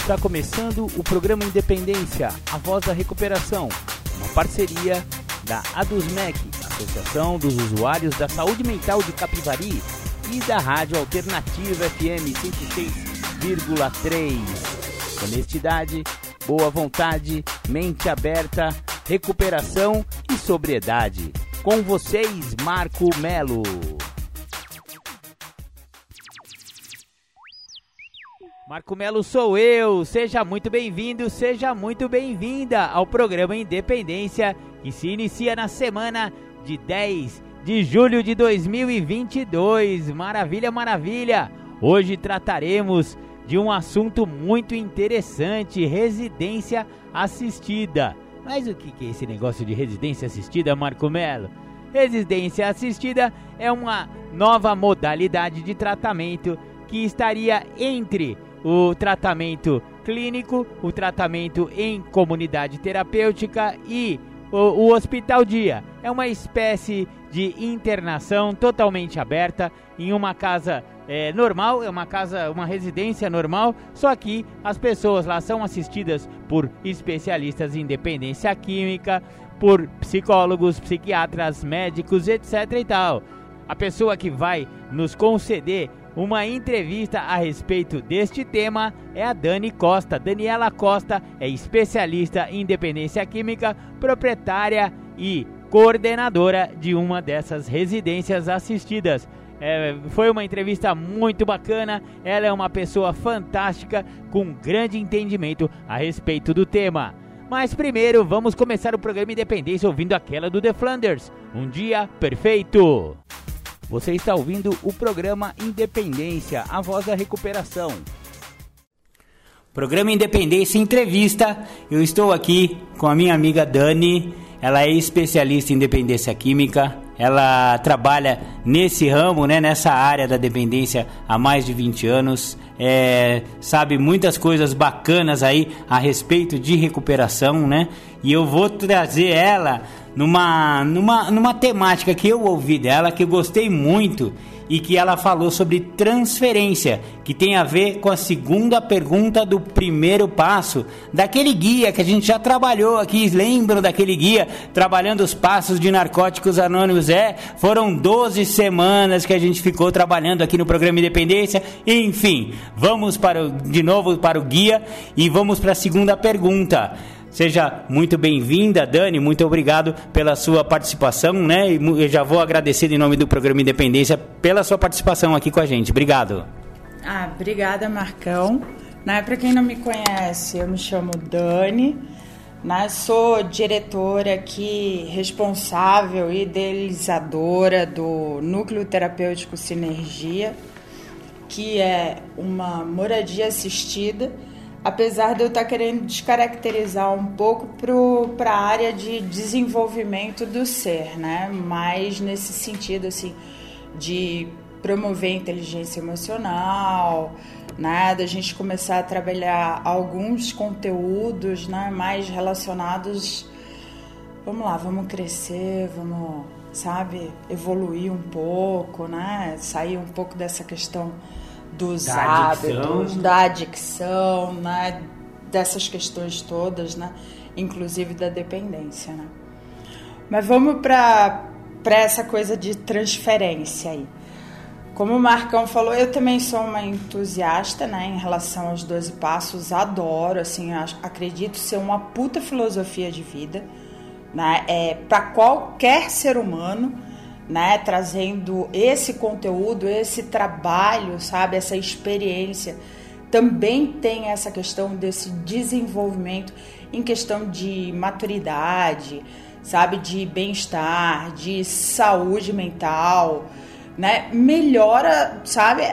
Está começando o programa Independência, a voz da recuperação, uma parceria da ADUSMEC, Associação dos Usuários da Saúde Mental de Capivari, e da Rádio Alternativa FM 106,3. Honestidade, boa vontade, mente aberta, recuperação e sobriedade. Com vocês, Marco Melo. Marco Melo sou eu, seja muito bem-vindo, seja muito bem-vinda ao programa Independência, que se inicia na semana de 10 de julho de 2022. Maravilha, maravilha! Hoje trataremos de um assunto muito interessante, residência assistida. Mas o que é esse negócio de residência assistida, Marco Melo? Residência assistida é uma nova modalidade de tratamento que estaria entre o tratamento clínico, o tratamento em comunidade terapêutica e o hospital dia. É uma espécie de internação totalmente aberta em uma casa normal, é uma residência normal, só que as pessoas lá são assistidas por especialistas em dependência química, por psicólogos, psiquiatras, médicos, etc e tal. A pessoa que vai nos conceder uma entrevista a respeito deste tema é a Dani Costa. Daniela Costa é especialista em dependência química, proprietária e coordenadora de uma dessas residências assistidas. Foi uma entrevista muito bacana, ela é uma pessoa fantástica, com grande entendimento a respeito do tema. Mas primeiro vamos começar o programa Independência ouvindo aquela do The Flanders, Um Dia Perfeito. Você está ouvindo o programa Independência, a voz da recuperação. Programa Independência Entrevista. Eu estou aqui com a minha amiga Dani. Ela é especialista em dependência química. Ela trabalha nesse ramo, nessa área da dependência há mais de 20 anos. Sabe muitas coisas bacanas aí a respeito de recuperação, E eu vou trazer ela numa temática que eu ouvi dela, que eu gostei muito, e que ela falou sobre transferência, que tem a ver com a segunda pergunta do primeiro passo, daquele guia que a gente já trabalhou aqui. Lembram daquele guia, trabalhando os passos de Narcóticos Anônimos? Foram 12 semanas que a gente ficou trabalhando aqui no programa Independência. Enfim, vamos de novo para o guia e vamos para a segunda pergunta. Seja muito bem-vinda, Dani, muito obrigado pela sua participação, E eu já vou agradecer em nome do programa Independência pela sua participação aqui com a gente. Obrigado. Obrigada, Marcão. Para quem não me conhece, eu me chamo Dani, sou diretora aqui, responsável e idealizadora do Núcleo Terapêutico Sinergia, que é uma moradia assistida, apesar de eu estar querendo descaracterizar um pouco para a área de desenvolvimento do ser, Mas nesse sentido, assim, de promover a inteligência emocional, da gente começar a trabalhar alguns conteúdos, mais relacionados, vamos lá, vamos crescer, vamos, evoluir um pouco, sair um pouco dessa questão dos hábitos, da adicção, dessas questões todas, inclusive da dependência. Mas vamos para essa coisa de transferência aí. Como o Marcão falou, eu também sou uma entusiasta, em relação aos 12 passos, adoro, assim, acredito ser uma puta filosofia de vida, para qualquer ser humano, trazendo esse conteúdo, esse trabalho, essa experiência. Também tem essa questão desse desenvolvimento em questão de maturidade, de bem-estar, de saúde mental, melhora,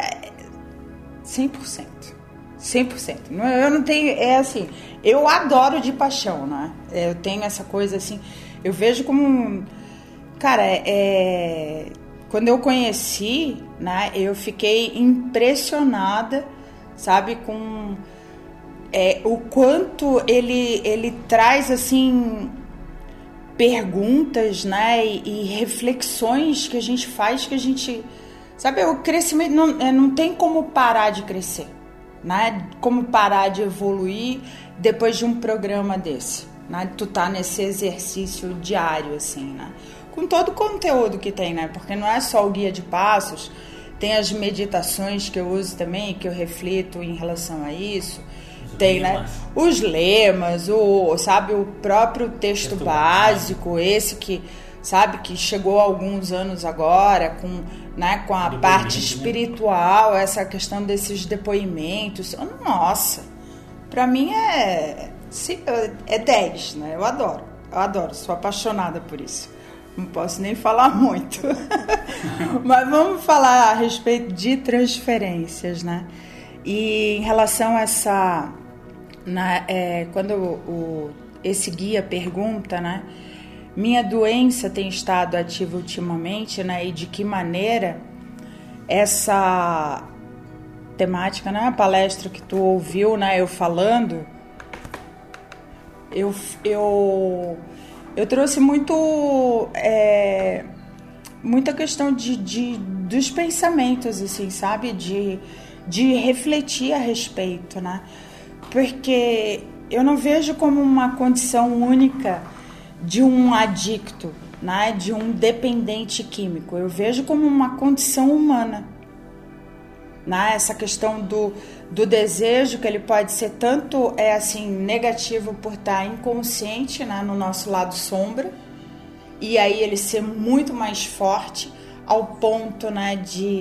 100%. 100%. Eu não tenho, eu adoro de paixão, Eu tenho essa coisa assim, eu vejo como cara, quando eu conheci, eu fiquei impressionada, com o quanto ele traz, assim, perguntas, e reflexões que a gente faz, que a gente, o crescimento, não tem como parar de crescer, né? Como parar de evoluir depois de um programa desse, né? Tu tá nesse exercício diário, assim, né? Com todo o conteúdo que tem, né? Porque não é só o guia de passos, tem as meditações que eu uso também, que eu reflito em relação a isso. Tem, né? Os lemas, sabe, o próprio texto básico, esse que, sabe, que chegou há alguns anos agora, com, né, com a parte espiritual, né? Essa questão desses depoimentos. Nossa, pra mim é 10, né? Eu adoro, sou apaixonada por isso. Não posso nem falar muito. Mas vamos falar a respeito de transferências, né? E em relação a essa... quando esse guia pergunta, né? Minha doença tem estado ativa ultimamente, né? E de que maneira essa temática, né? A palestra que tu ouviu, né? Eu falando... Eu trouxe muita questão dos pensamentos, assim, sabe? De refletir a respeito, né? Porque eu não vejo como uma condição única de um adicto, né? De um dependente químico. Eu vejo como uma condição humana, né? Essa questão do desejo, que ele pode ser tanto assim, negativo por estar inconsciente, né? No nosso lado sombra, e aí ele ser muito mais forte ao ponto, né? De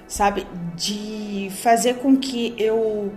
fazer com que eu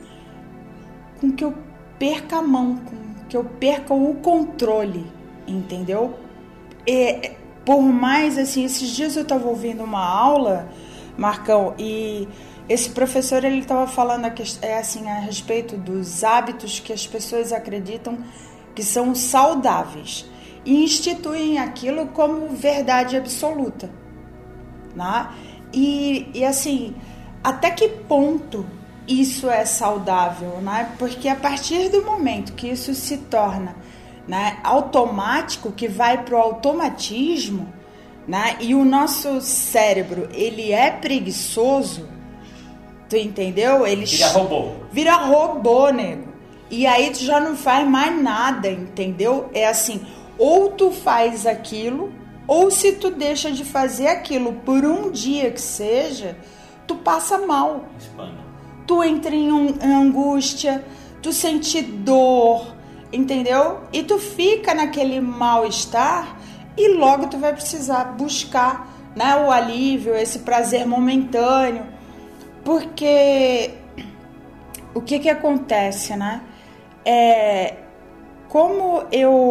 perca a mão, com que eu perca o controle, entendeu? E por mais assim, esses dias eu estava ouvindo uma aula, Marcão, e esse professor ele estava falando assim, a respeito dos hábitos que as pessoas acreditam que são saudáveis e instituem aquilo como verdade absoluta, né? E assim, até que ponto isso é saudável, né? Porque a partir do momento que isso se torna, né, automático, que vai para o automatismo, né? E o nosso cérebro ele é preguiçoso, tu entendeu? Ele vira robô, nego. E aí tu já não faz mais nada, entendeu? É assim, ou tu faz aquilo, ou se tu deixa de fazer aquilo por um dia que seja, tu passa mal. Tu entra em angústia, tu sente dor, entendeu? E tu fica naquele mal-estar e logo tu vai precisar buscar, né, o alívio, esse prazer momentâneo. Porque o que acontece, né? Como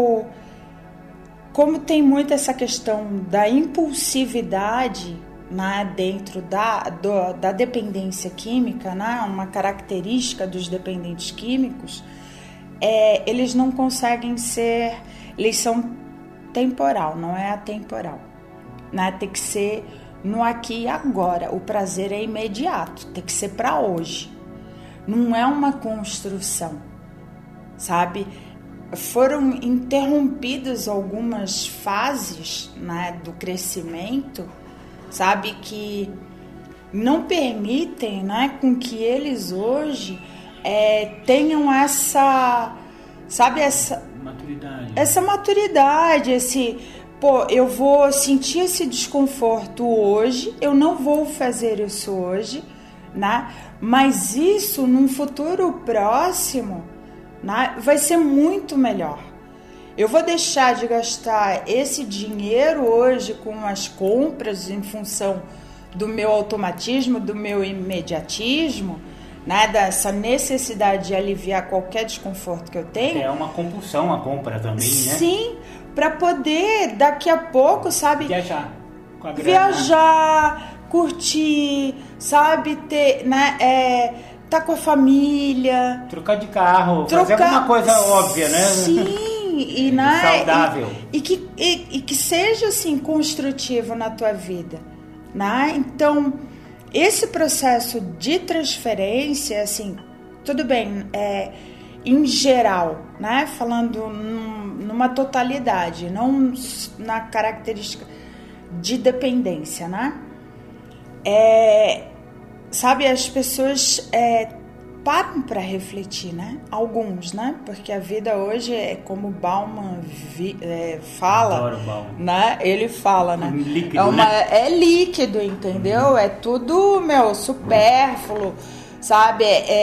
tem muito essa questão da impulsividade, né, dentro da dependência química, né, uma característica dos dependentes químicos, eles não conseguem eles são temporal, não é atemporal, né? Tem que ser no aqui e agora. O prazer é imediato, tem que ser para hoje. Não é uma construção, sabe? Foram interrompidas algumas fases, né, do crescimento, sabe, que não permitem, né, com que eles hoje tenham essa maturidade, eu vou sentir esse desconforto hoje, eu não vou fazer isso hoje, né? Mas isso num futuro próximo, né, vai ser muito melhor. Eu vou deixar de gastar esse dinheiro hoje com as compras em função do meu automatismo, do meu imediatismo, né, dessa necessidade de aliviar qualquer desconforto que eu tenho. É uma compulsão a compra também, né? Sim, para poder daqui a pouco, sabe? Viajar com a grana. Viajar, curtir, sabe? Ter, né? Tá com a família. Trocar de carro, fazer alguma coisa óbvia, né? Sim. E, né, saudável. E que seja assim construtivo na tua vida, né? Então, esse processo de transferência, assim, tudo bem, em geral, né? Falando numa totalidade, não na característica de dependência, né? Sabe, as pessoas param para refletir, né? Alguns, né? Porque a vida hoje é como Bauman fala, Adoro Bauman. Né? Ele fala, né? Líquido, é líquido, entendeu? É tudo, supérfluo, sabe?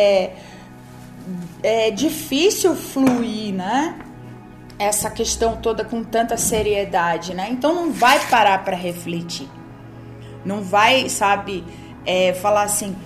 É difícil fluir, né? Essa questão toda com tanta seriedade, né? Então não vai parar para refletir. Não vai, sabe, falar assim,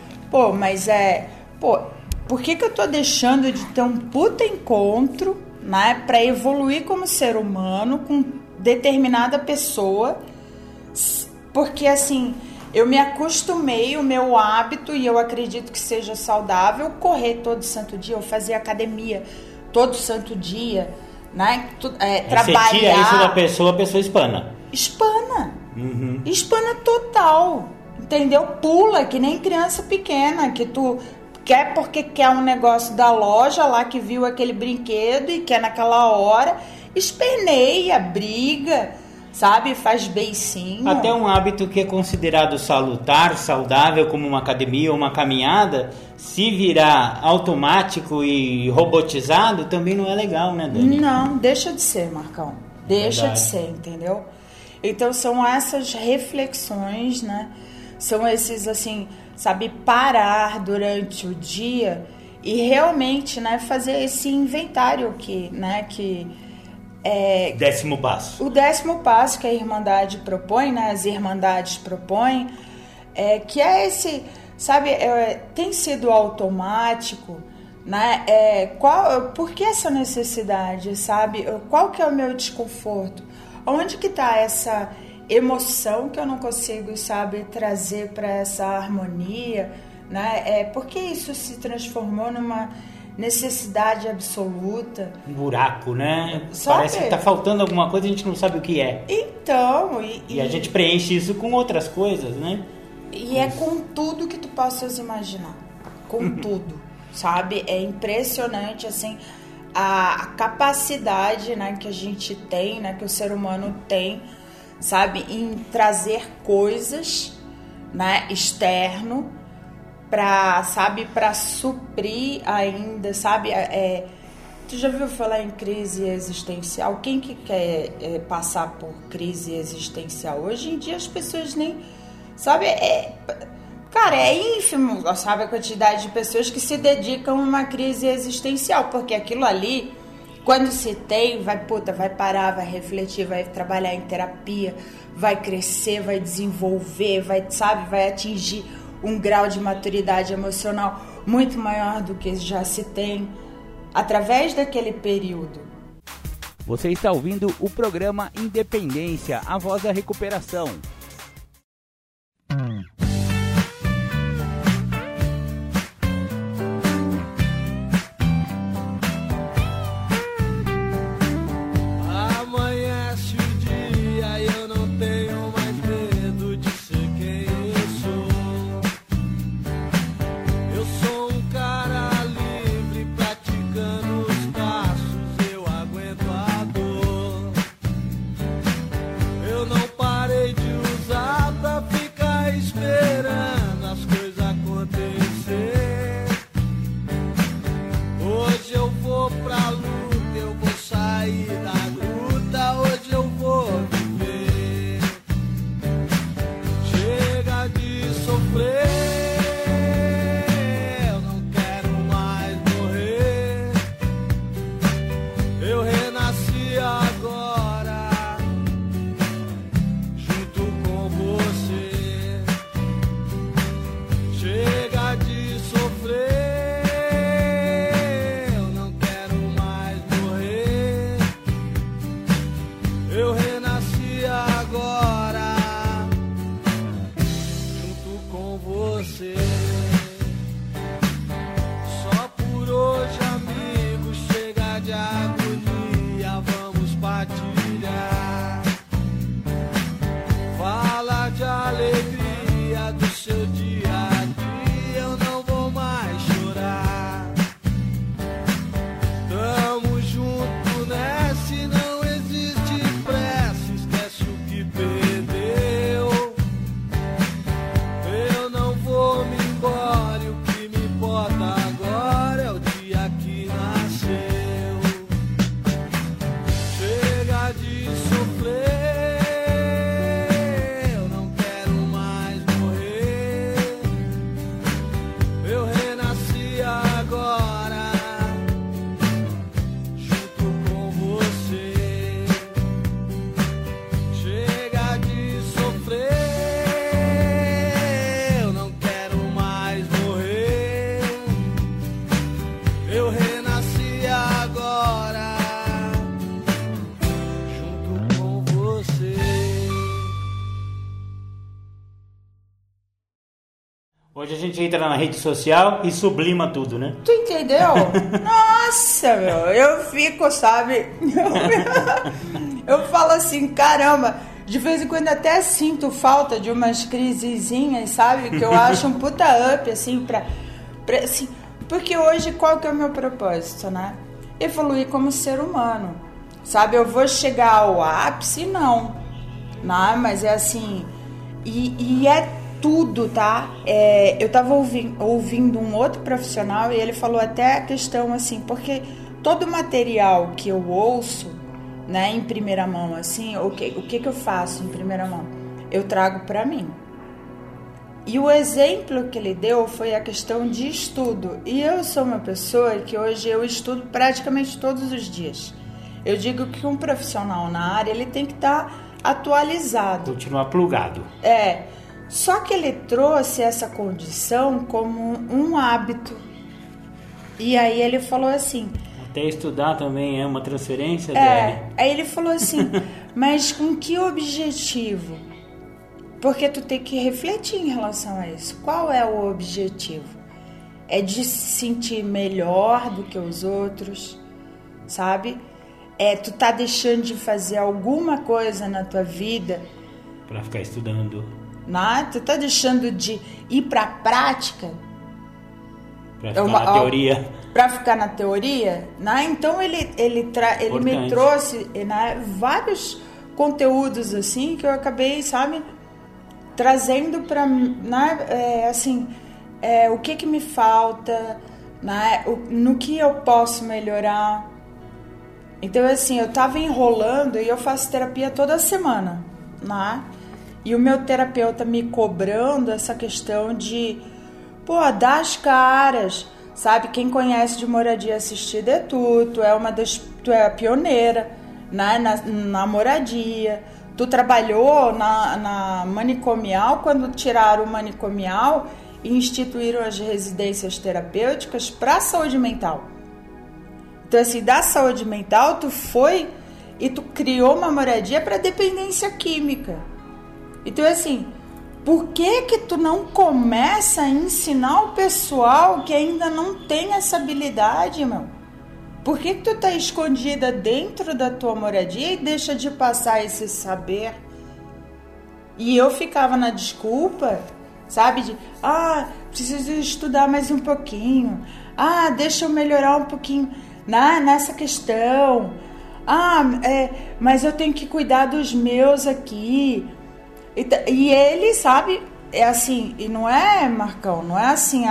por que eu tô deixando de ter um puta encontro, né, para evoluir como ser humano com determinada pessoa? Porque, assim, eu me acostumei, o meu hábito, e eu acredito que seja saudável, correr todo santo dia, eu fazia academia todo santo dia, né, trabalhar. Você tira isso da pessoa, a pessoa espana. Espana. Espana total. Entendeu? Pula, que nem criança pequena, que tu quer porque quer um negócio da loja lá, que viu aquele brinquedo e quer naquela hora, esperneia, briga, sabe? Faz beicinho. Até um hábito que é considerado salutar, saudável, como uma academia ou uma caminhada, se virar automático e robotizado, também não é legal, né, Dani? Não, deixa de ser, Marcão. Deixa de ser, entendeu? Então são essas reflexões, né? São esses, assim, sabe, parar durante o dia e realmente, né, fazer esse inventário que 10º passo. O 10º passo que a Irmandade propõe, né, as Irmandades propõem, que é esse, sabe, tem sido automático, né, por que essa necessidade, sabe, qual que é o meu desconforto, onde que está essa emoção que eu não consigo, sabe, trazer para essa harmonia, né? Porque isso se transformou numa necessidade absoluta. Um buraco, né? Sabe? Parece que tá faltando alguma coisa e a gente não sabe o que é. Então... E a gente preenche isso com outras coisas, né? E é com tudo que tu possas imaginar. Com tudo, sabe? É impressionante, assim, a capacidade, né, que a gente tem, né, que o ser humano tem, sabe, em trazer coisas, né, externo para suprir ainda, sabe, tu já ouviu falar em crise existencial? Quem que quer passar por crise existencial? Hoje em dia as pessoas nem, sabe, cara, é ínfimo, sabe, a quantidade de pessoas que se dedicam a uma crise existencial, porque aquilo ali, quando se tem, vai parar, vai refletir, vai trabalhar em terapia, vai crescer, vai desenvolver, vai atingir um grau de maturidade emocional muito maior do que já se tem através daquele período. Você está ouvindo o programa Independência, a voz da recuperação. Eu não parei de usar gente entra na rede social e sublima tudo, né? Tu entendeu? Nossa, meu, eu fico, sabe? Eu falo assim, caramba, de vez em quando até sinto falta de umas crisezinhas, sabe? Que eu acho um puta up, assim, assim, porque hoje qual que é o meu propósito, né? Evoluir como ser humano, sabe? Eu vou chegar ao ápice? Não, mas é assim, e é tudo, tá? Eu tava ouvindo um outro profissional e ele falou até a questão assim, porque todo material que eu ouço, né, em primeira mão, assim, o que eu faço em primeira mão? Eu trago para mim. E o exemplo que ele deu foi a questão de estudo. E eu sou uma pessoa que hoje eu estudo praticamente todos os dias. Eu digo que um profissional na área, ele tem que estar atualizado. Continuar plugado. Só que ele trouxe essa condição como um hábito. E aí ele falou assim... Até estudar também é uma transferência dele. Aí ele falou assim, mas com que objetivo? Porque tu tem que refletir em relação a isso. Qual é o objetivo? É de se sentir melhor do que os outros, sabe? Tu tá deixando de fazer alguma coisa na tua vida... Pra ficar estudando... Tu tá deixando de ir pra prática? Pra ficar na teoria. Pra ficar na teoria? Então ele me trouxe vários conteúdos assim que eu acabei, sabe, trazendo pra o que me falta, no que eu posso melhorar. Então assim, eu tava enrolando e eu faço terapia toda semana, E o meu terapeuta me cobrando essa questão de, dar as caras, sabe? Quem conhece de moradia assistida é tu é a pioneira, né? na moradia. Tu trabalhou na manicomial, quando tiraram o manicomial e instituíram as residências terapêuticas para a saúde mental. Então, assim, da saúde mental, tu foi e tu criou uma moradia para dependência química. Então, assim, por que tu não começa a ensinar o pessoal que ainda não tem essa habilidade, meu? Por que tu tá escondida dentro da tua moradia e deixa de passar esse saber? E eu ficava na desculpa, sabe? De, preciso estudar mais um pouquinho. Deixa eu melhorar um pouquinho nessa questão. Mas eu tenho que cuidar dos meus aqui. E ele, sabe, é assim, e não é, Marcão, não é assim,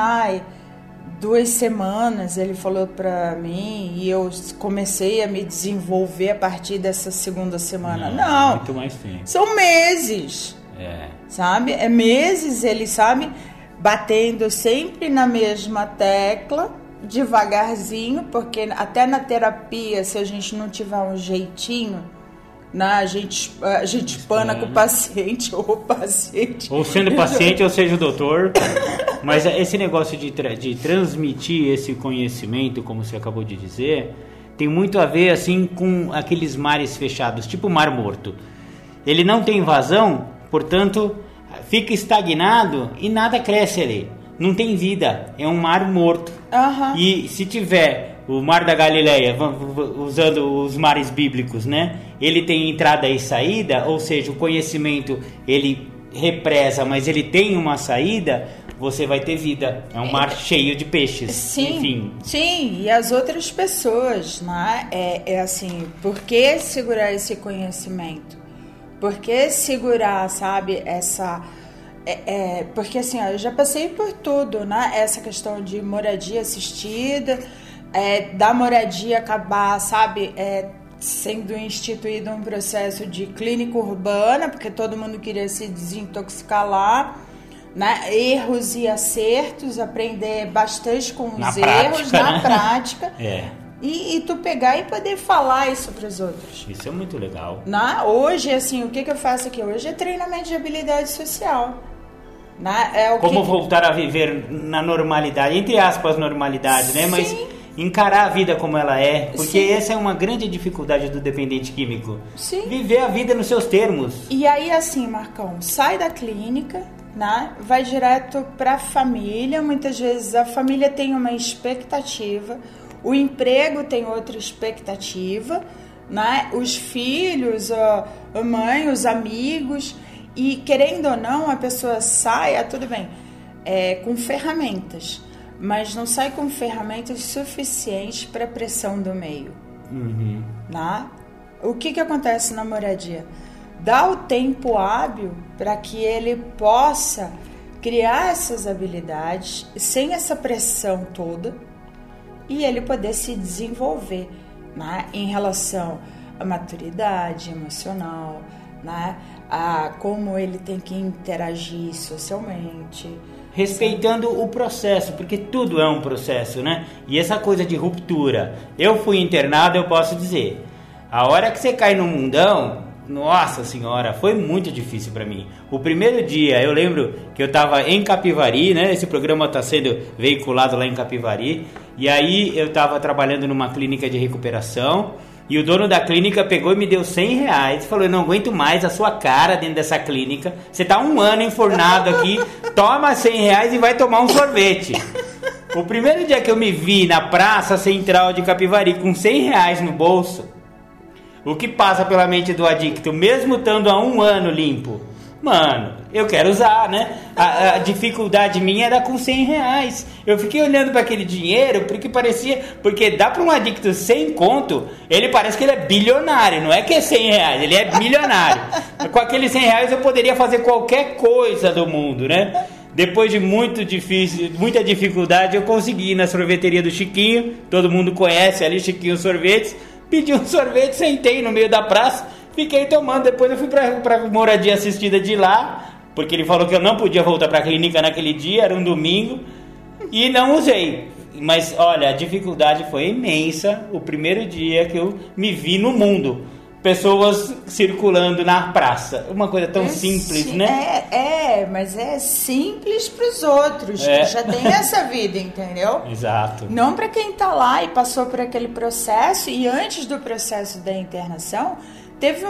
2 semanas ele falou pra mim e eu comecei a me desenvolver a partir dessa segunda semana. Não, muito mais tempo. São meses, sabe, meses, ele sabe, batendo sempre na mesma tecla, devagarzinho, porque até na terapia, se a gente não tiver um jeitinho, a gente pana com o paciente ou o paciente. Ou sendo paciente ou seja o doutor. Mas esse negócio de transmitir esse conhecimento, como você acabou de dizer, tem muito a ver assim com aqueles mares fechados, tipo o Mar Morto. Ele não tem vazão, portanto, fica estagnado e nada cresce ali. Não tem vida, é um mar morto. E se tiver o Mar da Galileia, usando os mares bíblicos, né? Ele tem entrada e saída, ou seja, o conhecimento ele represa, mas ele tem uma saída, você vai ter vida. É um mar cheio de peixes. Sim, enfim. Sim, e as outras pessoas, né? É assim, por que segurar esse conhecimento? Por que segurar, sabe, essa... porque assim, eu já passei por tudo, né? Essa questão de moradia assistida, da moradia acabar, sabe, sendo instituído um processo de clínica urbana, porque todo mundo queria se desintoxicar lá, né? Erros e acertos, aprender bastante com os erros na prática. E tu pegar e poder falar isso para os outros. Isso é muito legal. Hoje, assim, o que eu faço aqui? Hoje é treinamento de habilidade social. Como voltar a viver na normalidade, entre aspas, normalidade, né? Mas encarar a vida como ela é, porque essa é uma grande dificuldade do dependente químico. Viver a vida nos seus termos. E aí, assim, Marcão, sai da clínica, né, vai direto para a família. Muitas vezes a família tem uma expectativa, o emprego tem outra expectativa, né, os filhos, a mãe, os amigos, e querendo ou não, a pessoa sai, tudo bem, com ferramentas, mas não sai com ferramentas suficientes para a pressão do meio. Uhum. Né? O que acontece na moradia? Dá o tempo hábil para que ele possa criar essas habilidades sem essa pressão toda e ele poder se desenvolver, né? Em relação à maturidade emocional, né? A como ele tem que interagir socialmente. Respeitando o processo, porque tudo é um processo, né? E essa coisa de ruptura, eu fui internado, eu posso dizer, a hora que você cai no mundão, nossa senhora, foi muito difícil para mim. O primeiro dia, eu lembro que eu tava em Capivari, né? Esse programa tá sendo veiculado lá em Capivari, e aí eu tava trabalhando numa clínica de recuperação, e o dono da clínica pegou e me deu R$100 e falou, eu não aguento mais a sua cara dentro dessa clínica, você tá 1 ano enfornado aqui, toma R$100 e vai tomar um sorvete. O primeiro dia que eu me vi na praça central de Capivari com R$100 no bolso, o que passa pela mente do adicto, mesmo estando há 1 ano limpo? Mano, eu quero usar, né? A dificuldade minha era com R$100. Eu fiquei olhando para aquele dinheiro porque parecia... Porque dá para um adicto 100 conto, ele parece que ele é bilionário. Não é que é R$100, ele é milionário. Com aqueles R$100 eu poderia fazer qualquer coisa do mundo, né? Depois de muita dificuldade, eu consegui ir na sorveteria do Chiquinho. Todo mundo conhece ali, Chiquinho Sorvetes. Pedi um sorvete, sentei no meio da praça, fiquei tomando. Depois eu fui pra moradia assistida de lá, porque ele falou que eu não podia voltar pra clínica naquele dia, era um domingo, e não usei. Mas olha, a dificuldade foi imensa o primeiro dia que eu me vi no mundo. Pessoas circulando na praça. Uma coisa tão simples, né? Mas é simples para os outros, que já tem essa vida, entendeu? Exato. Não para quem tá lá e passou por aquele processo, e antes do processo da internação, teve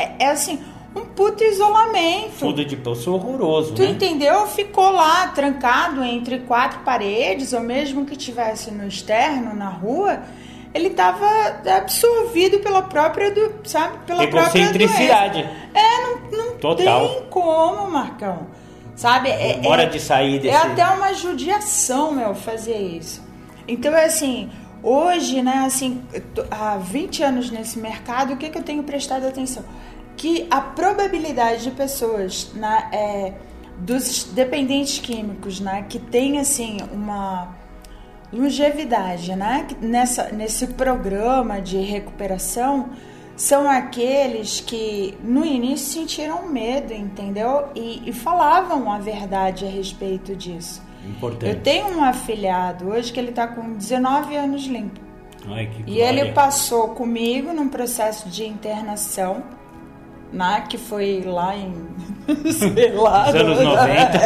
um puto isolamento. Fundo de poço horroroso, Tu entendeu? Ficou lá, trancado entre 4 paredes, ou mesmo que estivesse no externo, na rua... Ele estava absorvido pela própria, pela egocentricidade. Não Total. Tem como, Marcão. Sabe? Hora de sair desse... É até uma judiação, fazer isso. Então, hoje, né, há 20 anos nesse mercado, o que eu tenho prestado atenção? Que a probabilidade de pessoas, né, dos dependentes químicos, né, que tem, uma... longevidade, né? Nesse programa de recuperação, são aqueles que no início sentiram medo, entendeu? E falavam a verdade a respeito disso. Importante. Eu tenho um afilhado hoje que ele está com 19 anos limpo. Ai, que e ele passou comigo num processo de internação, né? Que foi lá em... sei lá... Nos anos 90.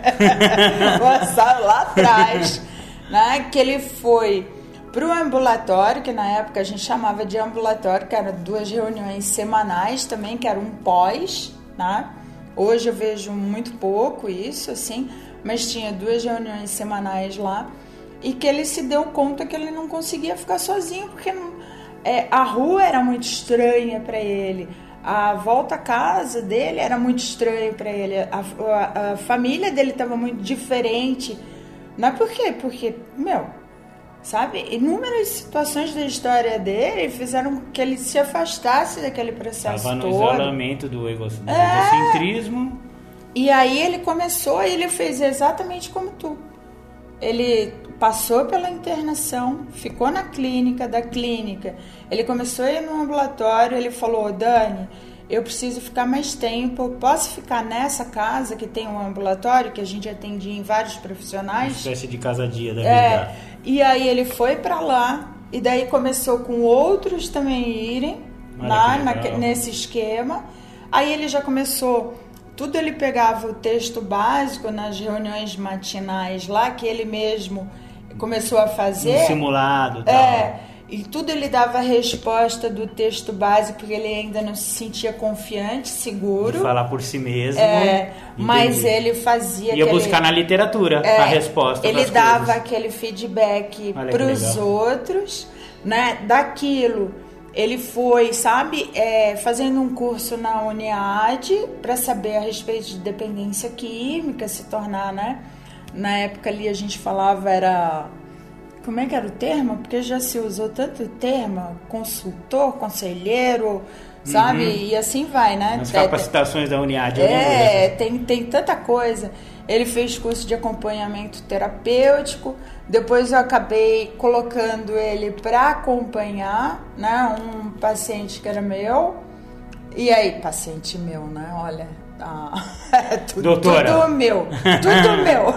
Lá atrás... Né, que ele foi para o ambulatório, que na época a gente chamava de ambulatório, que eram 2 reuniões semanais também, que era um pós, né? Hoje eu vejo muito pouco isso, mas tinha 2 reuniões semanais lá, e que ele se deu conta que ele não conseguia ficar sozinho, porque a rua era muito estranha para ele, a volta à casa dele era muito estranha para ele, a família dele estava muito diferente. Não é por quê? Porque, inúmeras situações da história dele fizeram que ele se afastasse daquele processo todo. Estava no isolamento do egocentrismo. E aí ele começou e ele fez exatamente como tu. Ele passou pela internação, ficou na clínica, ele começou a ir no ambulatório, ele falou, Dani, eu preciso ficar mais tempo, eu posso ficar nessa casa que tem um ambulatório, que a gente atendia em vários profissionais. Uma espécie de casa-dia da vida. E aí ele foi pra lá, e daí começou com outros também irem nesse esquema. Aí ele já começou, tudo ele pegava o texto básico nas reuniões matinais lá, que ele mesmo começou a fazer. Um simulado, tal. E tudo ele dava a resposta do texto básico, porque ele ainda não se sentia confiante, seguro. De falar por si mesmo. Mas ele fazia... Ia buscar na literatura a resposta. Ele dava aquele feedback para os outros, né? Daquilo. Ele foi, sabe, fazendo um curso na Uniad para saber a respeito de dependência química, se tornar, né? Na época ali a gente falava, como é que era o termo? Porque já se usou tanto o termo, consultor, conselheiro, sabe? E assim vai, né? As capacitações da Uniad. Tem tanta coisa. Ele fez curso de acompanhamento terapêutico. Depois eu acabei colocando ele para acompanhar, né? Um paciente que era meu. E aí, paciente meu, né? Olha, doutora. Tudo meu. Tudo meu.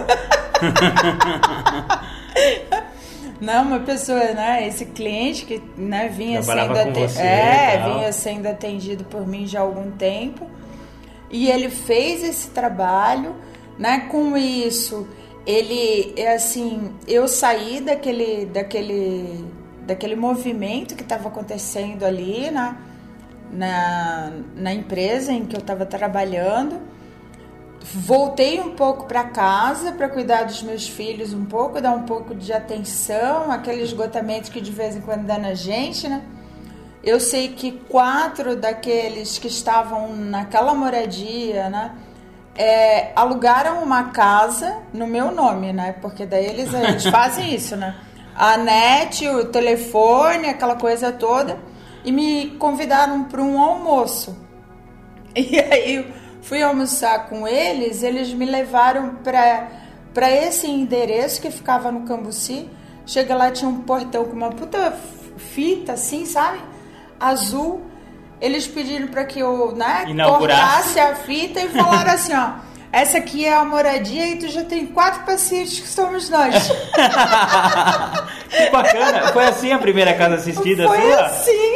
Não, uma pessoa, né? Esse cliente que, né, vinha sendo atendido por mim já há algum tempo. E ele fez esse trabalho, né? Com isso, ele assim, eu saí daquele movimento que estava acontecendo ali, né? Na empresa em que eu estava trabalhando. Voltei um pouco para casa para cuidar dos meus filhos um pouco, dar um pouco de atenção, aquele esgotamento que de vez em quando dá na gente, né? Eu sei que 4 daqueles que estavam naquela moradia, né, alugaram uma casa no meu nome, né? Porque daí eles fazem isso, né? A net, o telefone, aquela coisa toda, e me convidaram para um almoço. E aí fui almoçar com eles me levaram para esse endereço que ficava no Cambuci. Chega lá, tinha um portão com uma puta fita assim, sabe? Azul. Eles pediram para que eu, né, cortasse a fita e falaram assim, ó, essa aqui é a moradia e tu já tem 4 pacientes que somos nós. Que bacana. Foi assim a primeira casa assistida sua? Foi assim.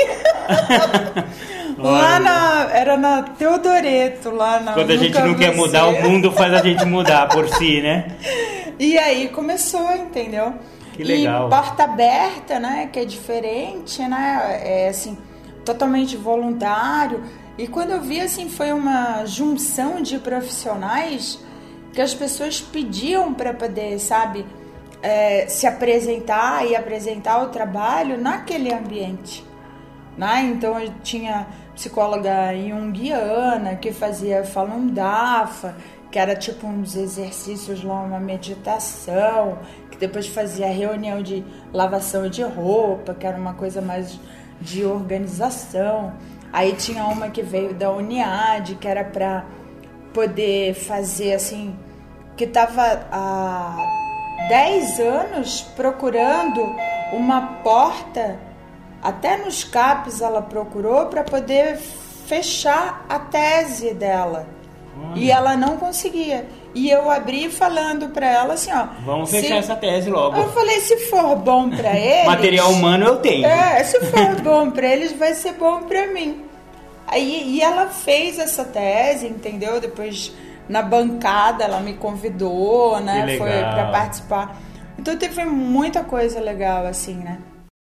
Era na Teodoreto, quando a gente não quer mudar, o mundo faz a gente mudar por si, né? E aí começou, entendeu? Que legal. E porta aberta, né? Que é diferente, né? É assim, totalmente voluntário. E quando eu vi, assim, foi uma junção de profissionais que as pessoas pediam para poder, sabe, se apresentar e apresentar o trabalho naquele ambiente. Né? Então eu tinha psicóloga junguiana que fazia Falun Dafa, que era tipo uns exercícios lá, uma meditação, que depois fazia reunião de lavação de roupa, que era uma coisa mais de organização. Aí tinha uma que veio da Uniad, que era para poder fazer assim, que estava há 10 anos procurando uma porta. Até nos CAPs ela procurou para poder fechar a tese dela. E ela não conseguia. E eu abri falando para ela assim, ó... Vamos fechar essa tese logo. Eu falei, se for bom para eles... Material humano eu tenho. Se for bom para eles, vai ser bom para mim. E ela fez essa tese, entendeu? Depois, na bancada, ela me convidou, né? Foi para participar. Então, teve muita coisa legal, assim, né?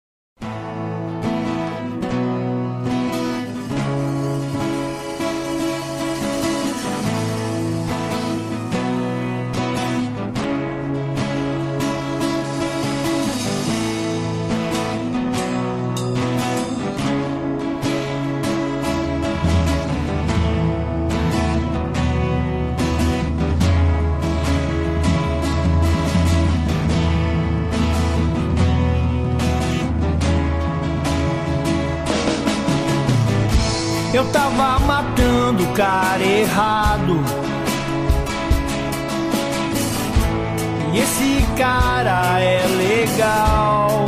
Eu tava matando o cara errado, e esse cara é legal.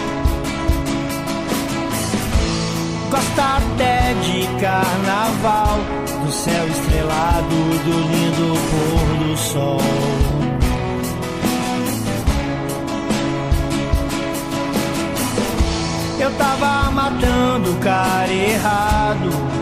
Gosta até de carnaval, do céu estrelado, do lindo pôr do sol. Eu tava matando o cara errado,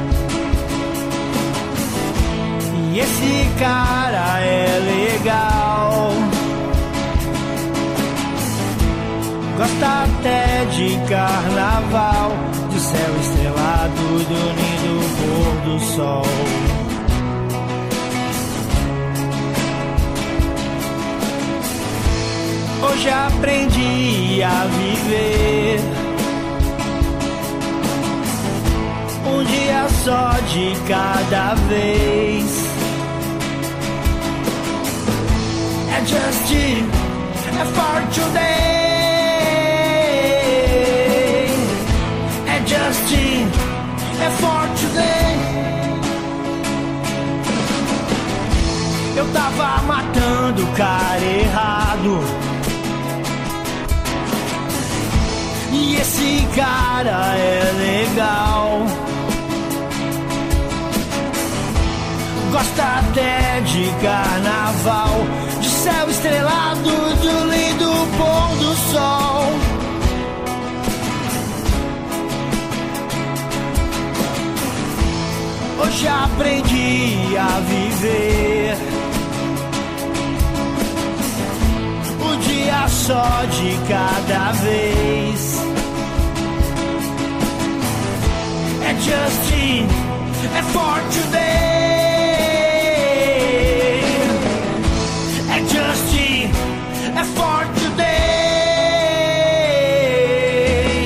e esse cara é legal. gosta até de carnaval, de céu estrelado, do lindo pôr do sol. Hoje aprendi a viver um dia só de cada vez. É just é for today. É just é for today. Eu tava matando o cara errado, e esse cara é legal. Gosta até de carnaval, de céu estrelado, do lindo pôr do sol. Hoje aprendi a viver um dia só de cada vez. É just é for today. É just é for today.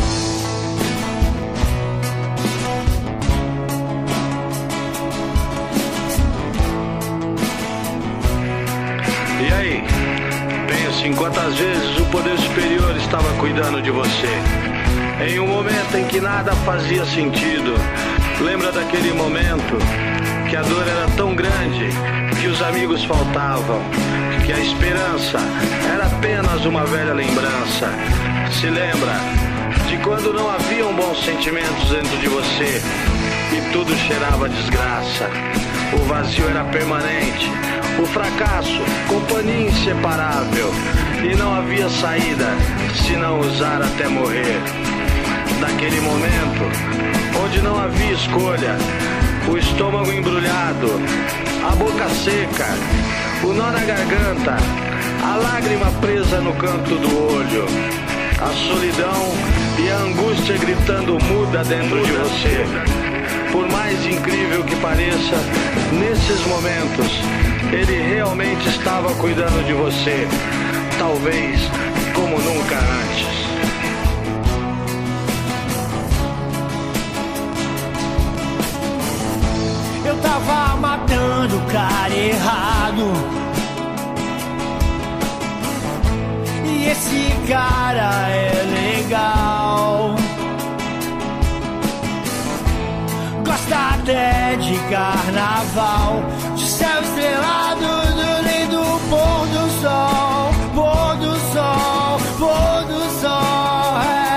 E aí? Pense em quantas vezes o poder superior estava cuidando de você. Em um momento em que nada fazia sentido. Lembra daquele momento que a dor era tão grande que os amigos faltavam, que a esperança era apenas uma velha lembrança. Se lembra de quando não haviam bons sentimentos dentro de você e tudo cheirava desgraça. O vazio era permanente, o fracasso, companhia inseparável, e não havia saída se não usar até morrer. Naquele momento onde não havia escolha, o estômago embrulhado, a boca seca, o nó na garganta, a lágrima presa no canto do olho, a solidão e a angústia gritando muda dentro de você. Por mais incrível que pareça, nesses momentos, ele realmente estava cuidando de você, talvez como nunca antes. Eu tava matando o cara errado, e esse cara é legal. Gosta até de carnaval, de céu estrelado, do lindo pôr do sol. Pôr do sol, pôr do sol,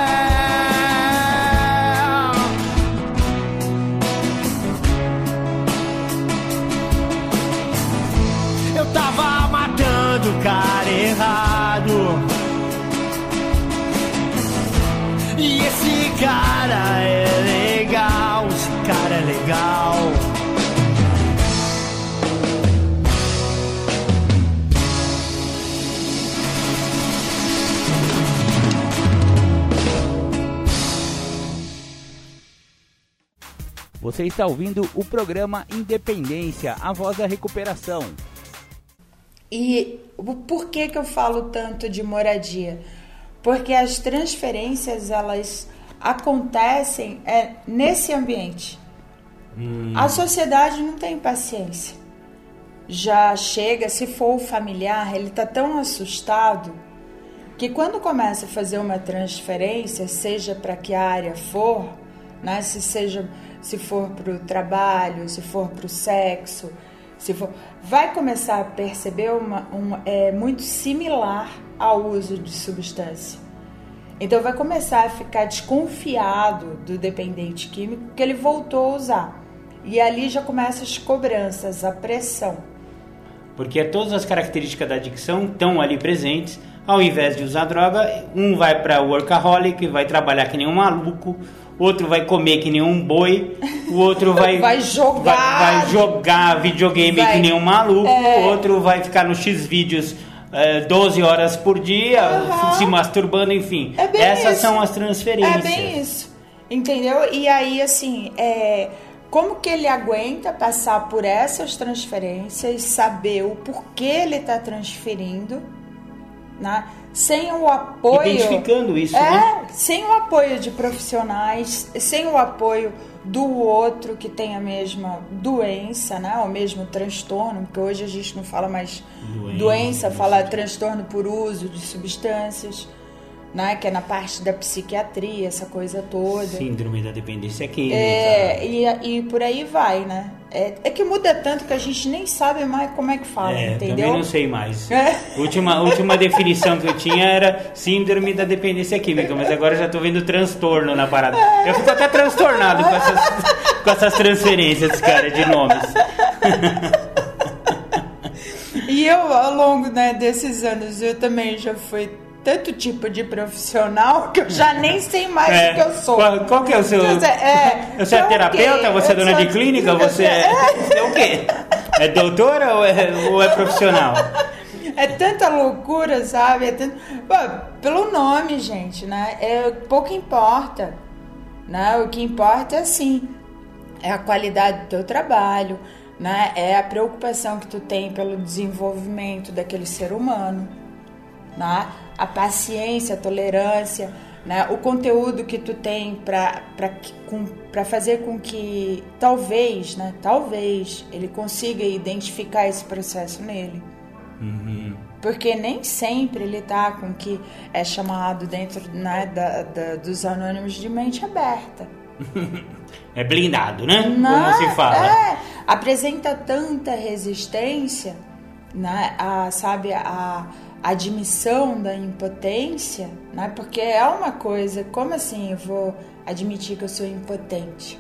Eu tava matando o cara errado, e esse cara é legal. Esse cara é legal. Você está ouvindo o programa Independência, a voz da recuperação. E por que eu falo tanto de moradia? Porque as transferências, elas acontecem nesse ambiente. A sociedade não tem paciência. Já chega, se for o familiar, ele está tão assustado que quando começa a fazer uma transferência, seja para que área for, né, se for para o trabalho, se for para o sexo, vai começar a perceber muito similar ao uso de substância. Então vai começar a ficar desconfiado do dependente químico que ele voltou a usar. E ali já começam as cobranças, a pressão. Porque todas as características da adicção estão ali presentes. Ao invés de usar droga, um vai para workaholic, vai trabalhar que nem um maluco, outro vai comer que nem um boi, o outro vai jogar videogame que nem um maluco, outro vai ficar no X vídeos 12 horas por dia, se masturbando, enfim. Essas são as transferências. É bem isso, entendeu? E aí, assim, como que ele aguenta passar por essas transferências, saber o porquê ele está transferindo, né? Sem o apoio... Identificando isso, né? Sem o apoio de profissionais, sem o apoio do outro que tem a mesma doença, né? O mesmo transtorno, porque hoje a gente não fala mais doença, fala transtorno por uso de substâncias, né? Que é na parte da psiquiatria, essa coisa toda. Síndrome da dependência química. E por aí vai, né? É que muda tanto que a gente nem sabe mais como é que fala, entendeu? Também não sei mais. Última definição que eu tinha era síndrome da dependência química, mas agora já tô vendo transtorno na parada. Eu fico até transtornado com essas transferências, cara, de nomes. E eu, ao longo, né, desses anos, eu também já fui tanto tipo de profissional que eu já nem sei mais o que eu sou. Qual que é o seu... Você é terapeuta? Você é dona de clínica? Você é o quê? É doutora ou é profissional? É tanta loucura, sabe? Pelo nome, gente, né? Pouco importa, né? O que importa, assim, é a qualidade do teu trabalho, né? É a preocupação que tu tem pelo desenvolvimento daquele ser humano, né? A paciência, a tolerância, né? O conteúdo que tu tem para fazer com que talvez ele consiga identificar esse processo nele. Porque nem sempre ele tá com o que é chamado dentro, né, dos anônimos de mente aberta. É blindado, né? Como se fala. Apresenta tanta resistência, né? A admissão da impotência, né? Porque é uma coisa, como assim eu vou admitir que eu sou impotente,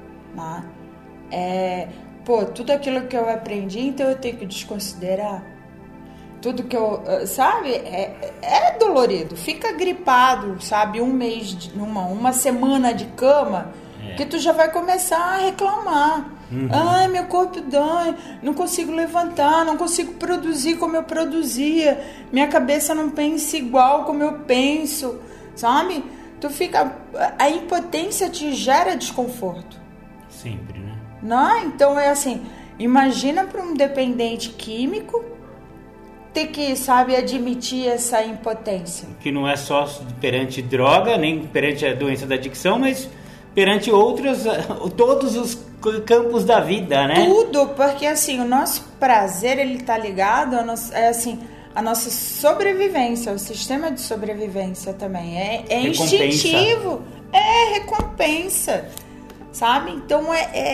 né? Tudo aquilo que eu aprendi, então eu tenho que desconsiderar. Tudo que eu, sabe, é dolorido. Fica gripado, sabe, um mês, uma semana de cama, que tu já vai começar a reclamar. Ai, meu corpo dói, não consigo levantar, não consigo produzir como eu produzia, minha cabeça não pensa igual como eu penso, sabe? A impotência te gera desconforto. Sempre, né? Não, então é assim, imagina para um dependente químico ter que, sabe, admitir essa impotência. Que não é só perante droga, nem perante a doença da adicção, mas perante todos os campos da vida, né? Tudo, porque assim, o nosso prazer, ele tá ligado a nossa sobrevivência, o sistema de sobrevivência também. É instintivo, é recompensa, sabe? Então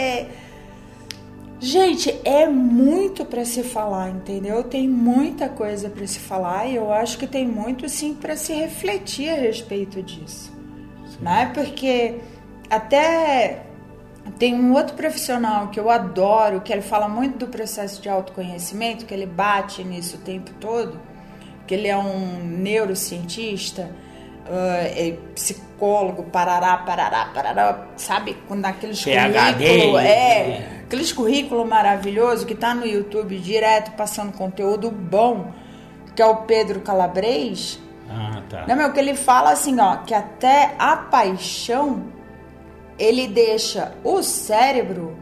gente, é muito para se falar, entendeu? Tem muita coisa para se falar e eu acho que tem muito, sim, para se refletir a respeito disso, né? Porque até tem um outro profissional que eu adoro, que ele fala muito do processo de autoconhecimento, que ele bate nisso o tempo todo, que ele é um neurocientista, psicólogo, parará, sabe? Naqueles currículos, aqueles currículos maravilhosos que tá no YouTube direto, passando conteúdo bom, que é o Pedro Calabres. Tá. Não, que ele fala assim, ó, que até a paixão ele deixa o cérebro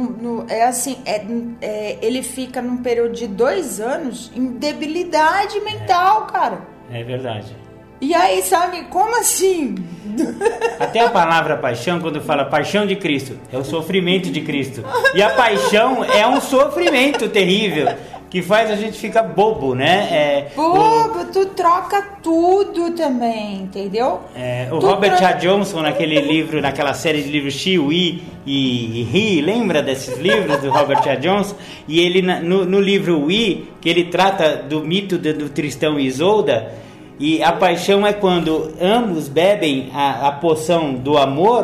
ele fica num período de 2 anos em debilidade mental, cara. É verdade. E aí, sabe, como assim? Até a palavra paixão, quando fala paixão de Cristo, é o sofrimento de Cristo. E a paixão é um sofrimento terrível, que faz a gente ficar bobo, né? Tu troca tudo também, entendeu? O Robert A. Johnson, naquela série de livros She, We e He, lembra desses livros do Robert A. Johnson? E ele, no livro We, que ele trata do mito do Tristão e Isolda, e a paixão é quando ambos bebem a poção do amor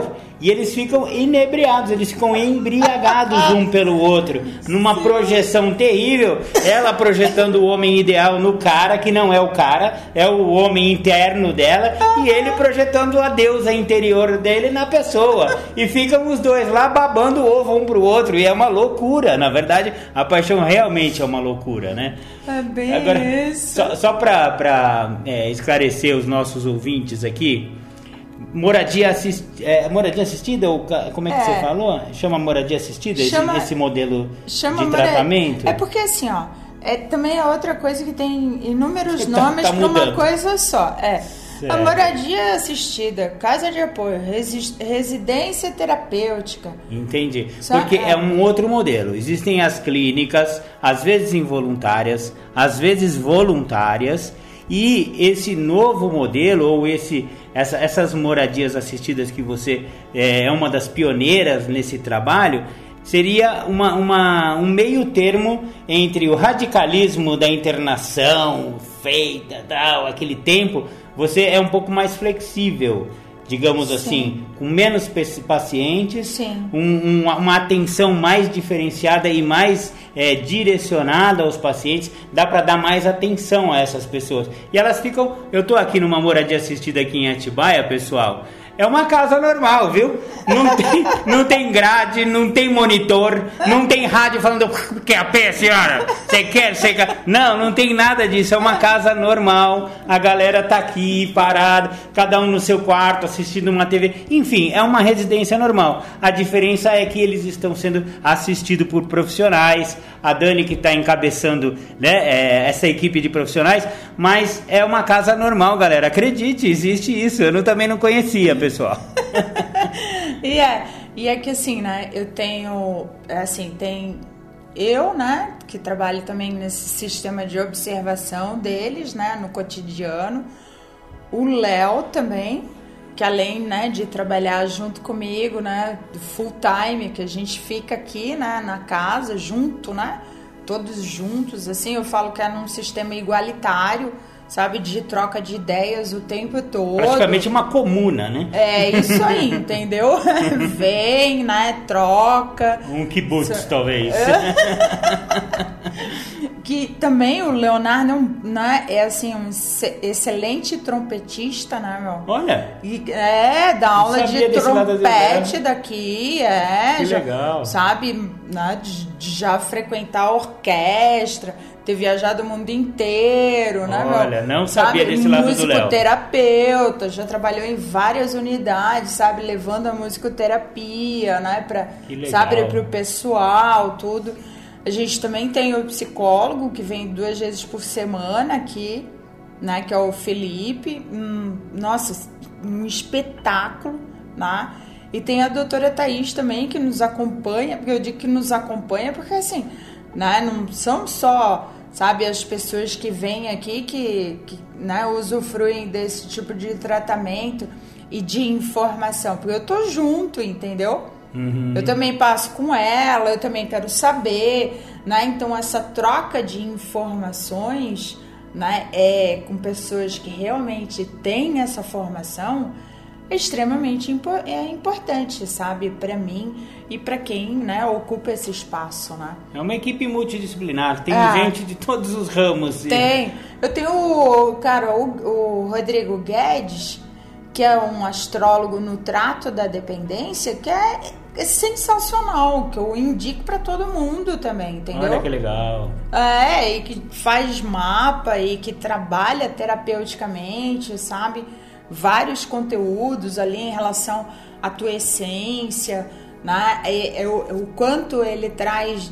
e eles ficam inebriados, eles ficam embriagados um pelo outro, numa projeção terrível, ela projetando o homem ideal no cara, que não é o cara, é o homem interno dela, e ele projetando a deusa interior dele na pessoa, e ficam os dois lá babando o ovo um pro outro, e é uma loucura, na verdade, a paixão realmente é uma loucura, né? É bem Agora, isso. só para esclarecer os nossos ouvintes aqui, moradia assistida, ou como é que você falou? Chama moradia assistida esse modelo de tratamento? É porque assim, ó, também é outra coisa que tem inúmeros nomes para uma coisa só. A moradia assistida, casa de apoio, residência terapêutica. Entendi. Porque é um outro modelo. Existem as clínicas, às vezes involuntárias, às vezes voluntárias, e esse novo modelo, ou essas moradias assistidas que você é uma das pioneiras nesse trabalho, seria um meio termo entre o radicalismo da internação feita, tal, aquele tempo. Você é um pouco mais flexível, digamos assim, com menos pacientes, uma atenção mais diferenciada e mais direcionada aos pacientes, dá para dar mais atenção a essas pessoas. E elas ficam... Eu estou aqui numa moradia assistida aqui em Atibaia, pessoal. É uma casa normal, viu? Não tem grade, não tem monitor, não tem rádio falando que a pé, senhora, você quer? Não tem nada disso, é uma casa normal, a galera tá aqui parada, cada um no seu quarto assistindo uma TV, enfim, é uma residência normal. A diferença é que eles estão sendo assistidos por profissionais, a Dani que está encabeçando, né, essa equipe de profissionais, mas é uma casa normal, galera, acredite, existe isso, eu também não conhecia, pessoal. E é que assim, né, eu tenho, né, que trabalho também nesse sistema de observação deles, né, no cotidiano, o Léo também, que além, né, de trabalhar junto comigo, né, full time, que a gente fica aqui, né, na casa, junto, né, todos juntos, assim, eu falo que é num sistema igualitário, sabe, de troca de ideias o tempo todo. Praticamente uma comuna, né? É isso aí, entendeu? Vem, né, troca. Um kibutz, talvez. Que também o Leonardo, né, é assim, um excelente trompetista, né, meu? Olha! Dá aula de trompete daqui, que legal. Sabe, né, de já frequentar a orquestra, ter viajado o mundo inteiro, né, meu? Olha, não sabia desse lado do Léo. Musicoterapeuta, já trabalhou em várias unidades, sabe, levando a musicoterapia, né, sabe, pro pessoal, tudo. A gente também tem o psicólogo, que vem 2 vezes por semana aqui, né, que é o Felipe. Nossa, um espetáculo, né? E tem a doutora Thaís também, que nos acompanha, porque eu digo que nos acompanha, porque assim, né, não são só, sabe, as pessoas que vêm aqui que né, usufruem desse tipo de tratamento e de informação, porque eu tô junto, entendeu? Uhum. Eu também passo com ela, eu também quero saber, né? Então essa troca de informações, né, com pessoas que realmente têm essa formação é extremamente importante, sabe, para mim e para quem, né, ocupa esse espaço, né? É uma equipe multidisciplinar, tem gente de todos os ramos. Tem. Eu tenho o Rodrigo Guedes, que é um astrólogo no trato da dependência, que é sensacional, que eu indico para todo mundo também, entendeu? Olha que legal. E que faz mapa e que trabalha terapeuticamente, sabe? Vários conteúdos ali em relação à tua essência, né? O quanto ele traz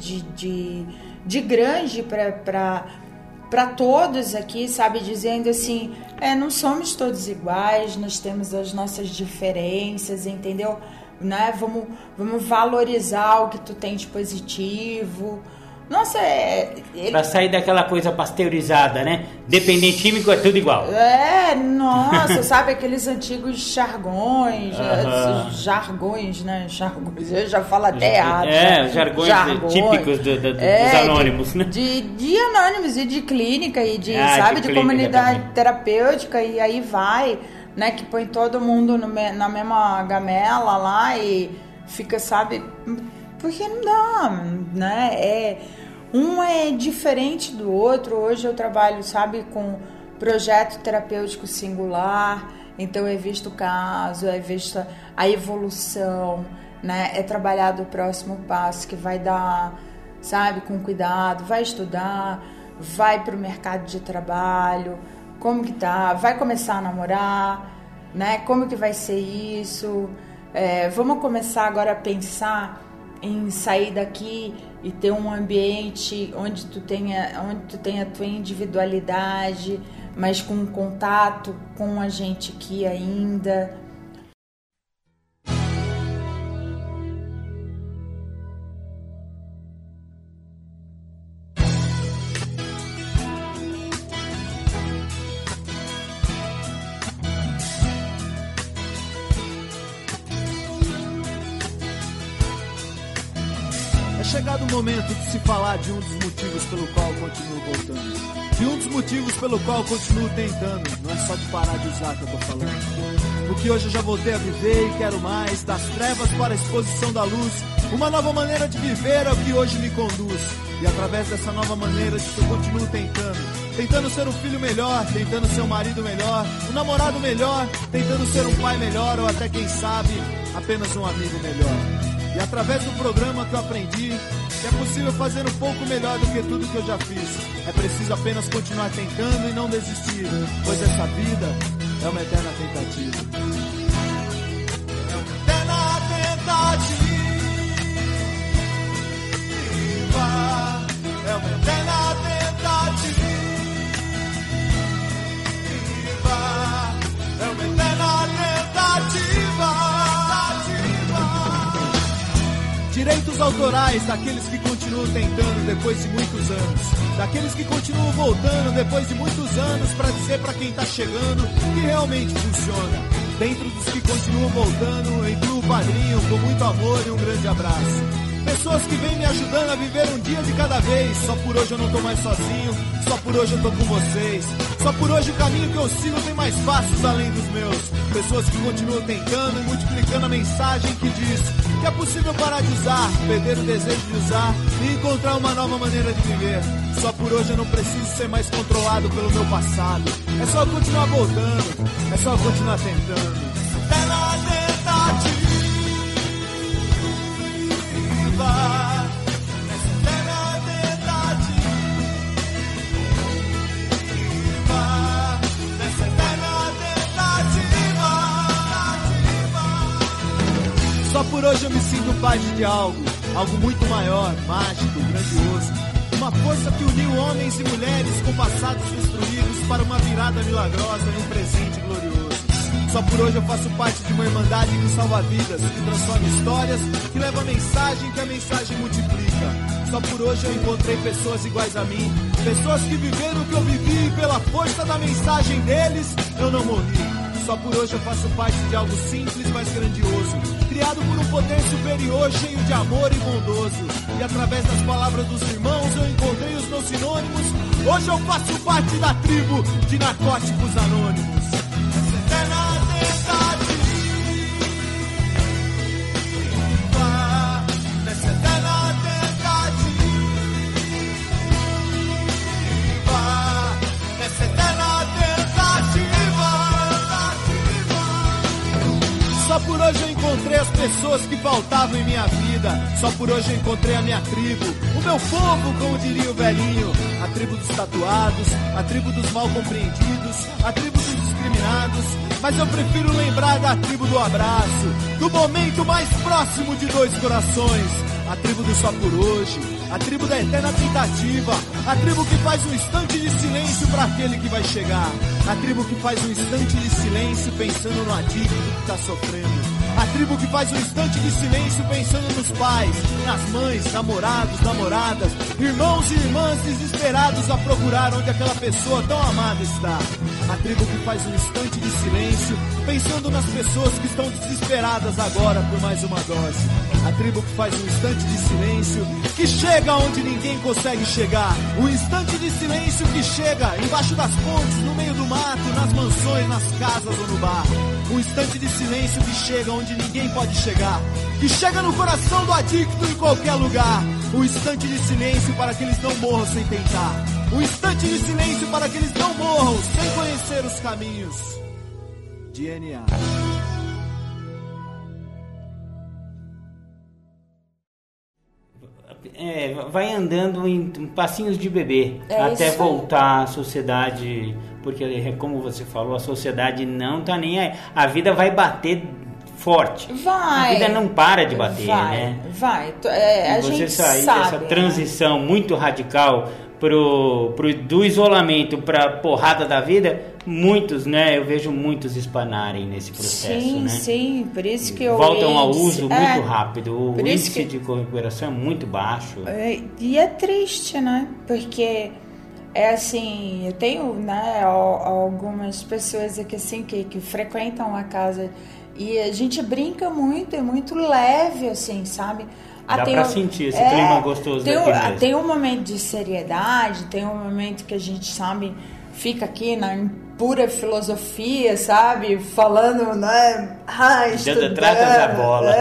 de grande para todos aqui, sabe? Dizendo assim, não somos todos iguais, nós temos as nossas diferenças, entendeu? Né? Vamos valorizar o que tu tem de positivo. Nossa, pra sair daquela coisa pasteurizada, né? Dependente químico é tudo igual. Nossa, sabe aqueles antigos jargões, jargões, né? Jargões, eu já falo até errado. Os jargões típicos dos anônimos, né? De anônimos e de clínica e de, sabe, de comunidade terapêutica, e aí vai, né, que põe todo mundo na mesma gamela lá e fica, sabe, porque não dá, né, um é diferente do outro. Hoje eu trabalho, sabe, com projeto terapêutico singular, então é visto o caso, é vista a evolução, né, é trabalhado o próximo passo que vai dar, sabe, com cuidado, vai estudar, vai para o mercado de trabalho, como que tá, vai começar a namorar, né, como que vai ser isso, vamos começar agora a pensar em sair daqui e ter um ambiente onde tu tenha a tua individualidade, mas com contato com a gente aqui ainda. Chegado o momento de se falar de um dos motivos pelo qual continuo voltando. De um dos motivos pelo qual continuo tentando. Não é só de parar de usar que eu tô falando. Porque hoje eu já voltei a viver e quero mais. Das trevas para a exposição da luz. Uma nova maneira de viver é o que hoje me conduz. E através dessa nova maneira de que eu continuo tentando. Tentando ser um filho melhor, tentando ser um marido melhor, um namorado melhor, tentando ser um pai melhor ou até quem sabe, apenas um amigo melhor. E através do programa que eu aprendi que é possível fazer um pouco melhor do que tudo que eu já fiz. É preciso apenas continuar tentando e não desistir, pois essa vida é uma eterna tentativa. É uma eterna tentativa. É uma eterna tentativa. É uma eterna tentativa. Direitos autorais daqueles que continuam tentando depois de muitos anos. Daqueles que continuam voltando depois de muitos anos pra dizer pra quem tá chegando que realmente funciona. Dentro dos que continuam voltando, eu incluo o padrinho com muito amor e um grande abraço. Pessoas que vêm me ajudando a viver um dia de cada vez. Só por hoje eu não tô mais sozinho, só por hoje eu tô com vocês. Só por hoje o caminho que eu sigo tem mais passos além dos meus. Pessoas que continuam tentando e multiplicando a mensagem que diz que é possível parar de usar, perder o desejo de usar e encontrar uma nova maneira de viver. Só por hoje eu não preciso ser mais controlado pelo meu passado. É só continuar voltando, é só continuar tentando. Pela tentativa. Só por hoje eu me sinto parte de algo muito maior, mágico, grandioso. Uma força que uniu homens e mulheres com passados destruídos para uma virada milagrosa e um presente glorioso. Só por hoje eu faço parte de uma irmandade que salva vidas, que transforma histórias, que leva a mensagem, que a mensagem multiplica. Só por hoje eu encontrei pessoas iguais a mim, pessoas que viveram o que eu vivi e pela força da mensagem deles eu não morri. Só por hoje eu faço parte de algo simples, mas grandioso, criado por um poder superior, cheio de amor e bondoso. E através das palavras dos irmãos eu encontrei os meus sinônimos. Hoje eu faço parte da tribo de Narcóticos Anônimos. Só por hoje eu encontrei as pessoas que faltavam em minha vida. Só por hoje eu encontrei a minha tribo, o meu povo, como diria o velhinho. A tribo dos tatuados, a tribo dos mal compreendidos, a tribo dos discriminados. Mas eu prefiro lembrar da tribo do abraço, do momento mais próximo de dois corações. A tribo do só por hoje, a tribo da eterna tentativa, a tribo que faz um instante de silêncio para aquele que vai chegar. A tribo que faz um instante de silêncio pensando no adicto que tá sofrendo. A tribo que faz um instante de silêncio pensando nos pais, nas mães, namorados, namoradas, irmãos e irmãs desesperados a procurar onde aquela pessoa tão amada está. A tribo que faz um instante de silêncio pensando nas pessoas que estão desesperadas agora por mais uma dose. A tribo que faz um instante de silêncio que chega onde ninguém consegue chegar. Um instante de silêncio que chega embaixo das pontes, no meio do mato, nas mansões, nas casas ou no bar. Um instante de silêncio que chega onde ninguém pode chegar, que chega no coração do adicto em qualquer lugar. Um instante de silêncio para que eles não morram sem tentar. Um instante de silêncio para que eles não morram sem conhecer os caminhos de NA. Vai andando em passinhos de bebê até voltar à sociedade, porque como você falou, a sociedade não tá nem aí. A vida vai bater forte. Vai. A vida não para de bater, né? Vai. A você gente sair sabe, dessa transição muito radical do isolamento para porrada da vida, muitos, né? Eu vejo muitos espanarem nesse processo, sim, né? Sim, por isso que voltam ao uso muito rápido. O que... índice de recuperação é muito baixo. E é triste, né? Porque é assim, eu tenho, né, algumas pessoas aqui assim que frequentam a casa e a gente brinca muito, é muito leve, assim, sabe? Dá pra sentir esse clima gostoso daqui mesmo. Tem um momento de seriedade, tem um momento que a gente, sabe, fica aqui na pura filosofia, sabe? Falando, né? Estudando. Tratas a bola.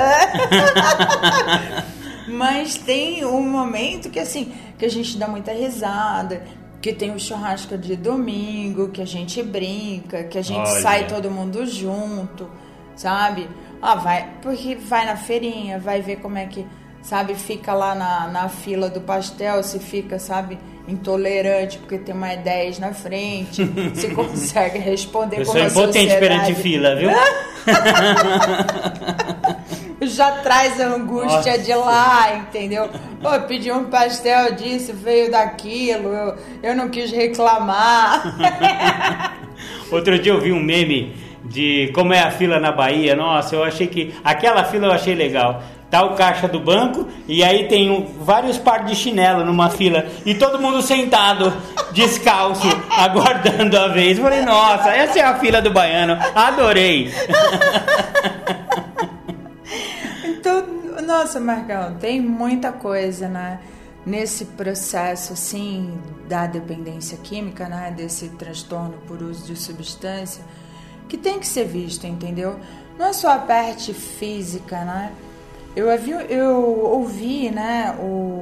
Mas tem um momento que, assim, que a gente dá muita risada, que tem o churrasco de domingo, que a gente brinca, que a gente sai todo mundo junto, sabe? Porque vai na feirinha, vai ver como é que, sabe, fica lá na fila do pastel, se fica, sabe, intolerante porque tem uma 10 na frente, se consegue responder como a sociedade. Eu sou impotente perante fila, viu? Já traz a angústia de lá, entendeu? Pô, pedi um pastel disso, veio daquilo, eu não quis reclamar. Outro dia eu vi um meme de como é a fila na Bahia. Nossa, eu achei que aquela fila eu achei legal. Tá o caixa do banco e aí tem vários pares de chinelo numa fila e todo mundo sentado, descalço, aguardando a vez. Eu falei, nossa, essa é a fila do baiano, adorei. Então, nossa, Marcão, tem muita coisa, né, nesse processo, assim, da dependência química, né, desse transtorno por uso de substância, que tem que ser visto, entendeu? Não é só a parte física, né? Eu ouvi, né,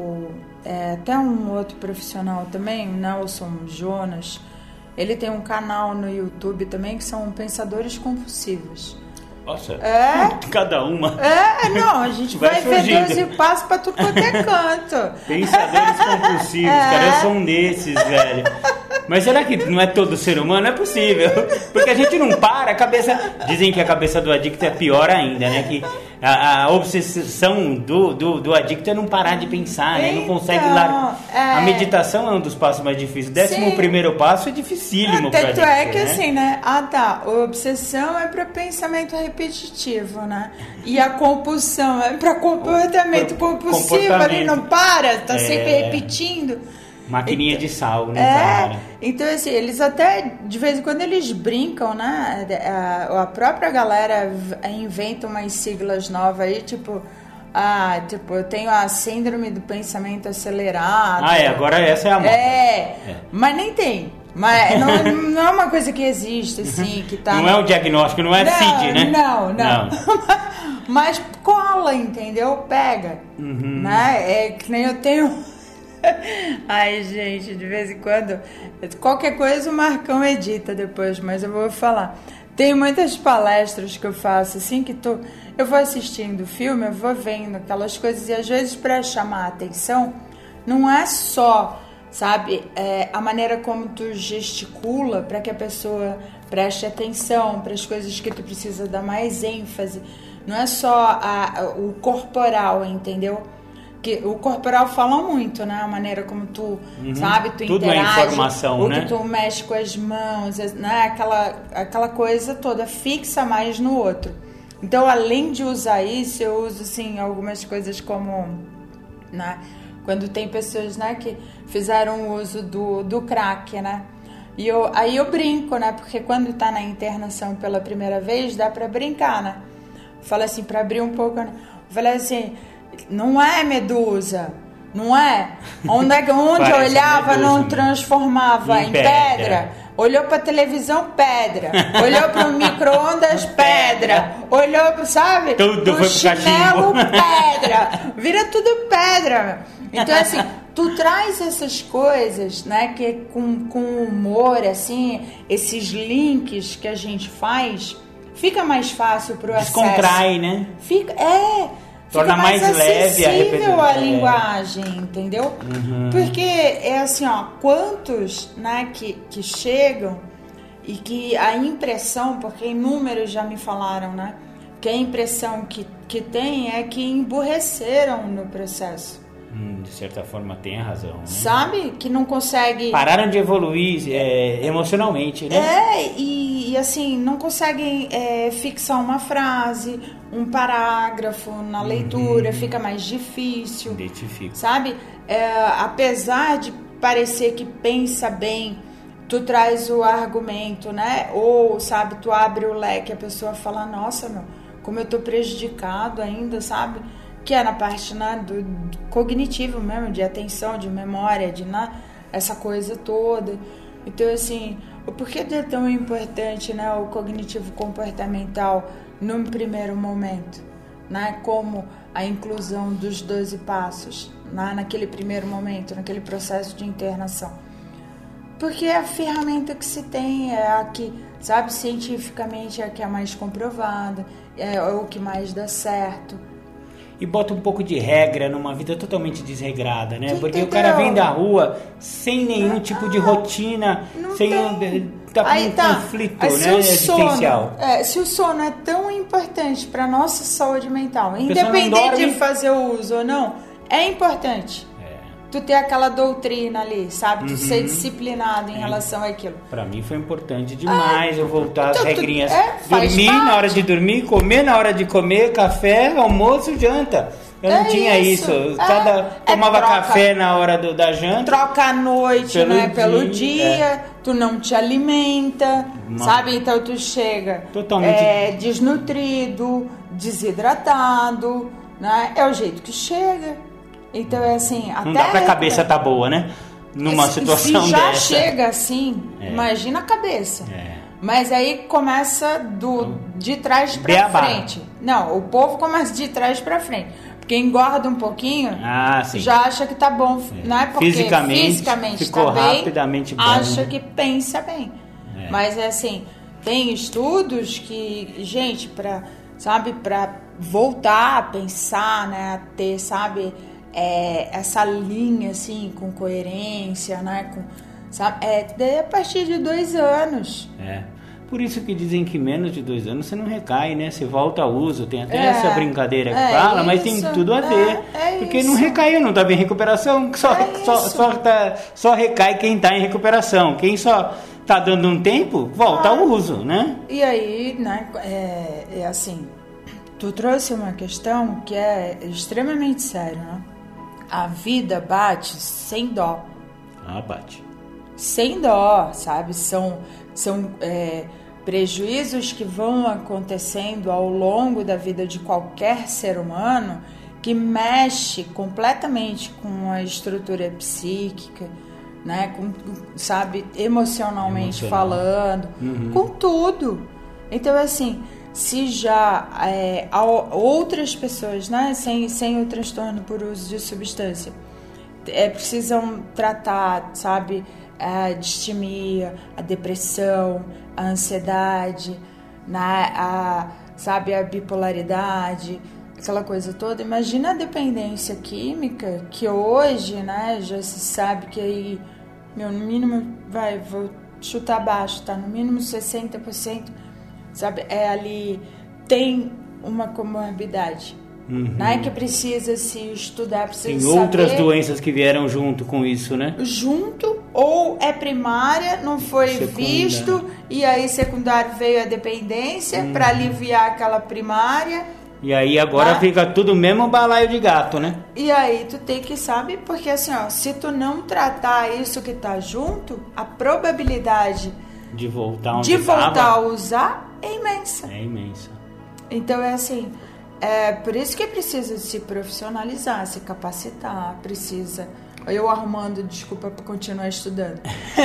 até um outro profissional também, o Nelson Jonas, ele tem um canal no YouTube também que são pensadores compulsivos. Nossa, cada uma. Não, a gente vai ver 12 passos pra tudo quanto é canto. Pensadores compulsivos, cara, eu sou um desses, velho. Mas será que não é todo ser humano? Não é possível. Porque a gente não para, a cabeça... Dizem que a cabeça do adicto é pior ainda, né? Que a obsessão do adicto é não parar de pensar, né? Não consegue largar. A meditação é um dos passos mais difíceis. 11º passo é dificílimo para adicto, tanto é que né? assim, né? A obsessão é para pensamento repetitivo, né? E a compulsão é para comportamento compulsivo. Ali não para, tá sempre repetindo. Maquininha de sal, né, cara? Então, assim, eles até, de vez em quando, eles brincam, né? A própria galera inventa umas siglas novas aí, tipo, eu tenho a síndrome do pensamento acelerado. Agora essa é a moda. Mas nem tem. Mas não é uma coisa que existe, assim, que tá... Não é um diagnóstico, não é CID, né? Não. Mas cola, entendeu? Pega, né? É que nem eu tenho... Ai, gente, de vez em quando qualquer coisa o Marcão edita depois, mas eu vou falar. Tem muitas palestras que eu faço assim, que eu vou assistindo o filme, eu vou vendo aquelas coisas, e às vezes, para chamar a atenção, não é só, sabe, a maneira como tu gesticula para que a pessoa preste atenção para as coisas que tu precisa dar mais ênfase. Não é só o corporal, entendeu? Que o corporal fala muito, né? A maneira como tu, sabe, tu tudo interage, é informação, né? que tu mexe com as mãos, né? Aquela coisa toda fixa mais no outro. Então, além de usar isso, eu uso, assim, algumas coisas como, né, quando tem pessoas, né, que fizeram uso do crack, né, e aí eu brinco, né, porque quando tá na internação pela primeira vez, dá pra brincar, né, fala assim, pra abrir um pouco, né, eu falei assim, não é medusa, não é? Onde eu olhava medusa, não transformava em pedra. Olhou pra televisão, pedra. Olhou pro micro-ondas, pedra. Olhou, sabe? Tudo pro chinelo, pedra. Vira tudo pedra. Então, assim, tu traz essas coisas, né, que com humor, assim, esses links que a gente faz, fica mais fácil pro acesso. Descontrai, né? Torna mais leve a linguagem, entendeu? Uhum. Porque é assim, ó, quantos, né, que chegam e que a impressão, porque inúmeros já me falaram, né, que a impressão que tem é que emburreceram no processo. De certa forma tem razão, né? Sabe? Que não consegue... Pararam de evoluir emocionalmente, né? E assim, não conseguem fixar uma frase, um parágrafo na leitura, fica mais difícil. Identifico. Sabe? Apesar de parecer que pensa bem, tu traz o argumento, né? Ou, sabe, tu abre o leque, a pessoa fala, nossa, meu, como eu tô prejudicado ainda, sabe? Que é na parte, né, do cognitivo mesmo, de atenção, de memória, de, né, essa coisa toda. Então, assim, por que é tão importante, né, o cognitivo comportamental num primeiro momento, né, como a inclusão dos 12 passos, né, naquele primeiro momento, naquele processo de internação? Porque é a ferramenta que se tem, é a que, sabe, cientificamente é a que é mais comprovada, é o que mais dá certo. E bota um pouco de regra numa vida totalmente desregrada, né? Porque o cara vem da rua sem nenhum tipo de rotina, sem tá com um conflito, né, existencial. Se o sono é tão importante para nossa saúde mental, independente de fazer o uso ou não, é importante. Tu ter aquela doutrina ali, sabe? Tu ser disciplinado em relação àquilo. Pra mim foi importante demais eu voltar às regrinhas. Dormir na hora de dormir, comer na hora de comer, café, almoço, janta. Eu não tinha isso. Tomava café na hora da janta. Troca a noite, pelo dia. Tu não te alimenta, sabe? Então tu chega totalmente desnutrido, desidratado, né? É o jeito que chega. Então é assim, até... Não dá pra cabeça tá boa, né? Numa situação se já dessa. chega assim, imagina a cabeça. Mas aí começa de trás pra frente. Não, o povo começa de trás pra frente. Porque engorda um pouquinho, já acha que tá bom, não é? Porque fisicamente ficou tá bem, rapidamente bom, acha que pensa bem. Mas é assim, tem estudos que, gente, pra voltar a pensar, né, a ter, sabe... essa linha assim com coerência, né, a partir de 2 anos. Por isso que dizem que menos de 2 anos você não recai, né? Você volta ao uso, tem até essa brincadeira que fala, mas tem tudo a ver. Porque não recaiu, não estava em recuperação, só recai quem está em recuperação. Quem só está dando um tempo, volta ao uso, né? E aí, né, assim, tu trouxe uma questão que é extremamente séria, né? A vida bate sem dó. Bate. Sem dó, sabe? São prejuízos que vão acontecendo ao longo da vida de qualquer ser humano que mexe completamente com a estrutura psíquica, né? Sabe? Emocionalmente falando, com tudo. Então, assim... Se já outras pessoas, né, sem o transtorno por uso de substância, precisam tratar, sabe, a distimia, a depressão, a ansiedade, né, a bipolaridade, aquela coisa toda. Imagina a dependência química, que hoje, né, já se sabe que aí, no mínimo, vou chutar baixo, tá? No mínimo 60%. Sabe, ali tem uma comorbidade, né, que precisa se estudar, precisa saber. Tem outras doenças que vieram junto com isso, né? Junto ou é primária, não foi Secunda. visto, e aí secundário veio a dependência para aliviar aquela primária. E aí agora fica tudo mesmo balaio de gato, né? E aí tu tem que saber, porque assim, ó, se tu não tratar isso que tá junto, a probabilidade De voltar onde de voltar tava, a usar é imensa. é imensa. Então é assim, é por isso que precisa se profissionalizar, se capacitar, precisa. Eu arrumando desculpa para continuar estudando.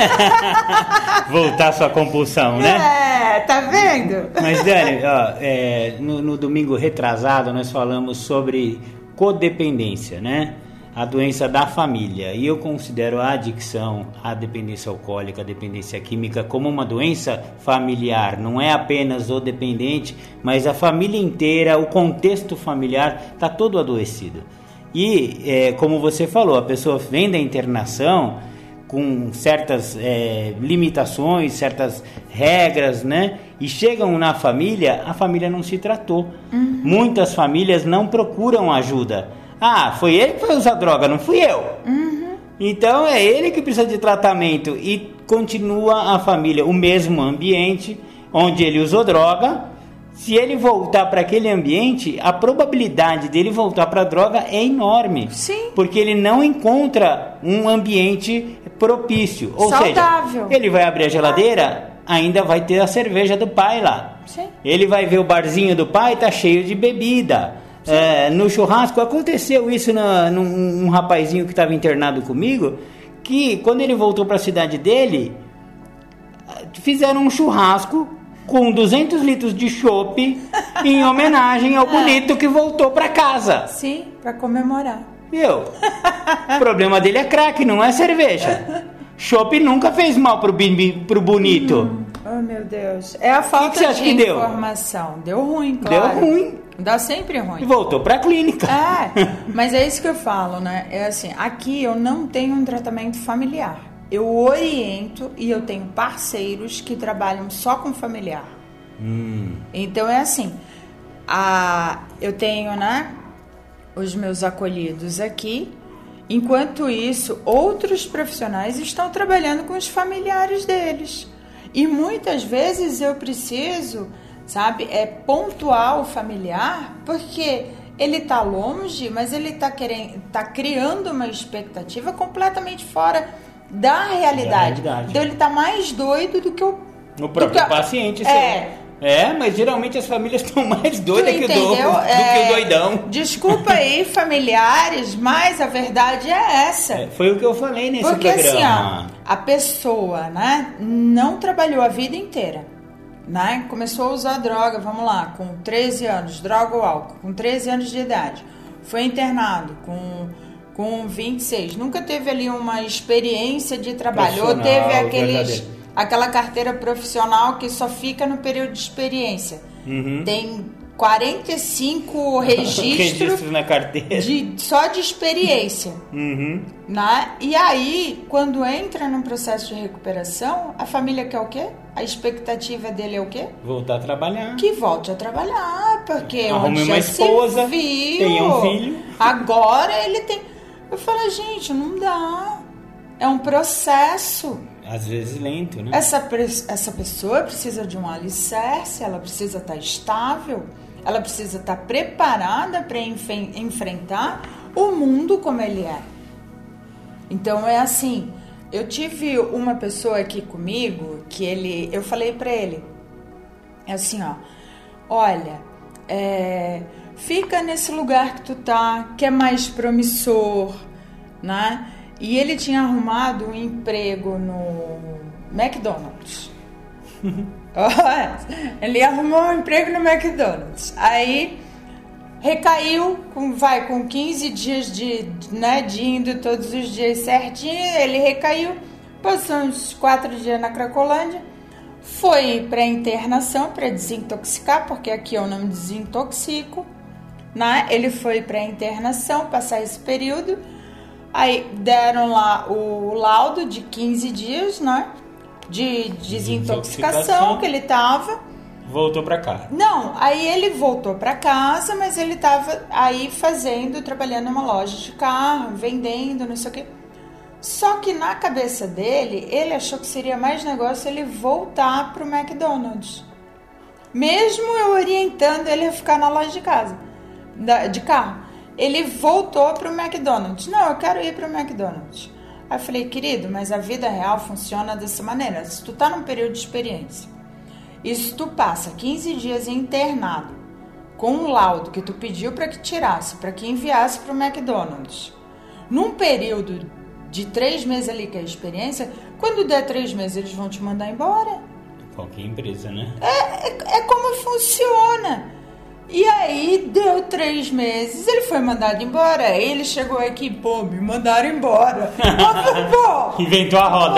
Voltar sua compulsão, né? É, tá vendo? Mas, Dani, ó, no domingo retrasado nós falamos sobre codependência, né? A doença da família. E eu considero a adicção, a dependência alcoólica, a dependência química como uma doença familiar. Não é apenas o dependente, mas a família inteira, o contexto familiar está todo adoecido. E, como você falou, a pessoa vem da internação com certas limitações, certas regras, né? E chegam na família, a família não se tratou. Muitas famílias não procuram ajuda. Ah, foi ele que foi usar droga, não fui eu. Então é ele que precisa de tratamento e continua a família, o mesmo ambiente onde ele usou droga. Se ele voltar para aquele ambiente, a probabilidade dele voltar para a droga é enorme. Sim. Porque ele não encontra um ambiente propício. Ou saudável. seja, ele vai abrir a geladeira, ainda vai ter a cerveja do pai lá. Sim. Ele vai ver o barzinho do pai, tá cheio de bebida. No churrasco, aconteceu isso num rapazinho que estava internado comigo, que quando ele voltou para a cidade dele, fizeram um churrasco com 200 litros de chopp em homenagem ao bonito que voltou para casa. Sim, para comemorar. Viu? O problema dele é crack, não é cerveja. Chopp nunca fez mal pro bonito. Oh, meu Deus. É a falta você acha de que deu? informação. Deu ruim, claro. Deu ruim. Dá sempre E ruim. voltou pra clínica. Mas é isso que eu falo, né? É assim, aqui eu não tenho um tratamento familiar. Eu oriento e eu tenho parceiros que trabalham só com familiar. Então é assim, eu tenho, né, os meus acolhidos aqui. Enquanto isso, outros profissionais estão trabalhando com os familiares deles. E muitas vezes eu preciso, sabe, pontuar o familiar, porque ele está longe, mas ele está criando uma expectativa completamente fora da realidade. Então ele está mais doido do que o próprio paciente. Mas geralmente as famílias estão mais doidas do que o doidão. Desculpa aí, familiares, mas a verdade é essa. Foi o que eu falei nesse programa. Porque assim, a pessoa, né, não trabalhou a vida inteira, né? Começou a usar droga, vamos lá, com 13 anos, droga ou álcool, com 13 anos de idade. Foi internado com 26. Nunca teve ali uma experiência de trabalho. Ou teve aquela carteira profissional que só fica no período de experiência. Tem 45 registros na carteira só de experiência. Né? E aí, quando entra num processo de recuperação, a família quer o quê? A expectativa dele é o quê? Voltar a trabalhar. Que volte a trabalhar, porque arrume onde uma esposa, tenha um filho. Agora ele tem... Eu falo, gente, não dá. É um processo. Às vezes lento, né? Essa pessoa precisa de um alicerce, ela precisa estar estável, ela precisa estar preparada para enfrentar o mundo como ele é. Então é assim, eu tive uma pessoa aqui comigo que eu falei para ele, é assim, olha, fica nesse lugar que tu tá, que é mais promissor, né? E ele tinha arrumado um emprego no McDonald's. Ele arrumou um emprego no McDonald's. Aí recaiu com 15 dias de indo todos os dias certinho. Ele recaiu, passou uns 4 dias na Cracolândia, foi para internação para desintoxicar, porque aqui eu não me desintoxico, né? Ele foi para internação, passar esse período. Aí deram lá o laudo de 15 dias, né? De desintoxicação que ele tava. Voltou pra cá. Não, aí ele voltou pra casa, mas ele tava aí trabalhando numa loja de carro, vendendo, não sei o quê. Só que na cabeça dele, ele achou que seria mais negócio ele voltar pro McDonald's. Mesmo eu orientando ele a ficar na loja de casa, de carro. Ele voltou pro McDonald's. Não, eu quero ir pro McDonald's. Aí eu falei, querido, mas a vida real funciona dessa maneira. Se tu tá num período de experiência e se tu passa 15 dias internado com um laudo que tu pediu para que tirasse, para que enviasse pro McDonald's, num período de 3 meses ali que é a experiência, quando der 3 meses eles vão te mandar embora. Qualquer empresa, né? É como funciona. E aí deu 3 meses, ele foi mandado embora. Aí ele chegou aqui, pô, me mandaram embora. Inventou a roda,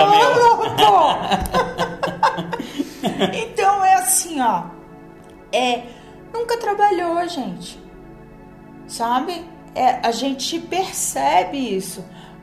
Então é assim, ó. Nunca trabalhou, gente. Sabe? A gente percebe isso.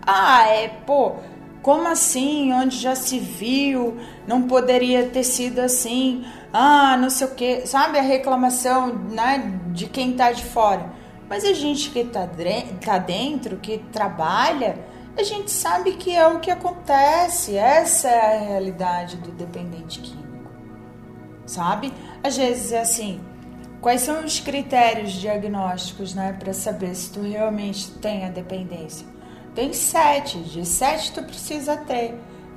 Como assim? Onde já se viu? Não poderia ter sido assim. Não sei o quê. Sabe a reclamação, né, de quem tá de fora. Mas a gente que tá dentro, que trabalha, a gente sabe que é o que acontece. Essa é a realidade do dependente químico. Sabe? Às vezes é assim, quais são os critérios diagnósticos, né, para saber se tu realmente tem a dependência? Tem 7, de 7 tu precisa ter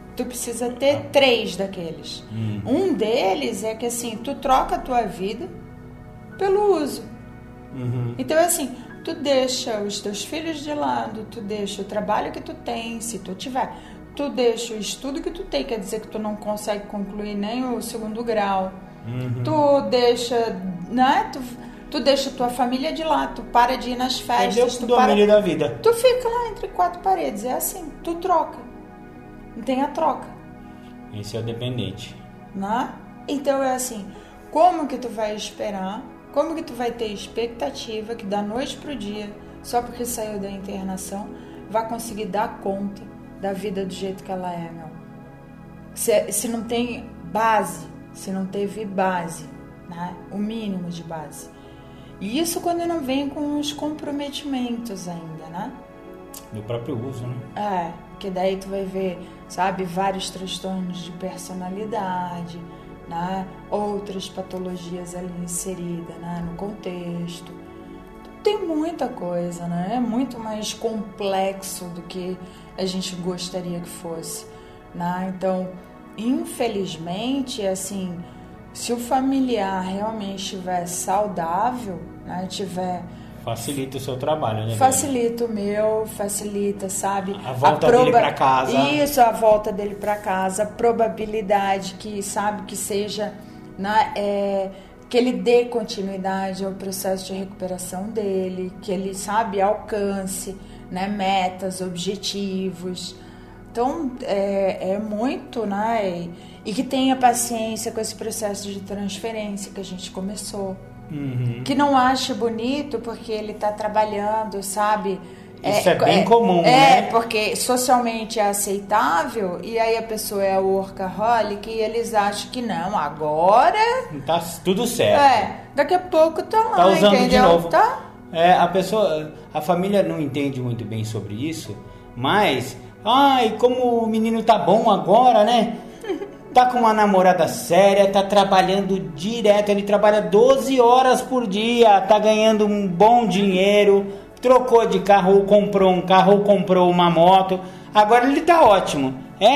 3 daqueles. Um deles é que assim, tu troca a tua vida pelo uso. Então assim, tu deixa os teus filhos de lado, tu deixa o trabalho que tu tem, se tu tiver, tu deixa o estudo que tu tem, quer dizer que tu não consegue concluir nem o 2º grau. Tu deixa, né, tu deixa tua família de lado, tu para de ir nas festas. Tu domínio da vida. Tu fica lá entre 4 paredes, é assim, tu troca. Não tem a troca. Esse é o dependente. Né? Então é assim, como que tu vai esperar, como que tu vai ter expectativa que da noite pro dia, só porque saiu da internação, vai conseguir dar conta da vida do jeito que ela é, meu? Se não tem base, se não teve base, né? O mínimo de base. E isso quando não vem com os comprometimentos ainda, né? Do próprio uso, né? Que daí tu vai ver, sabe, vários transtornos de personalidade, né? Outras patologias ali inseridas, né, no contexto. Tem muita coisa, né? É muito mais complexo do que a gente gostaria que fosse, né? Então, infelizmente, assim, se o familiar realmente estiver saudável, né, facilita o seu trabalho, né? Facilita o meu, facilita, sabe? A volta dele pra casa. Isso, a volta dele pra casa, a probabilidade que, sabe, que seja, né, que ele dê continuidade ao processo de recuperação dele, que ele, sabe, alcance, né, metas, objetivos. Então, é muito, né? E que tenha paciência com esse processo de transferência que a gente começou. Que não ache bonito porque ele está trabalhando, sabe? Isso é bem comum, né? Porque socialmente é aceitável e aí a pessoa é workaholic e eles acham que não, agora... Tá tudo certo. Daqui a pouco tá lá, tá usando entendeu? De novo. Tá? A família não entende muito bem sobre isso, mas... como o menino tá bom agora, né? Tá com uma namorada séria, tá trabalhando direto, ele trabalha 12 horas por dia, tá ganhando um bom dinheiro, trocou de carro, ou comprou um carro, ou comprou uma moto, agora ele tá ótimo.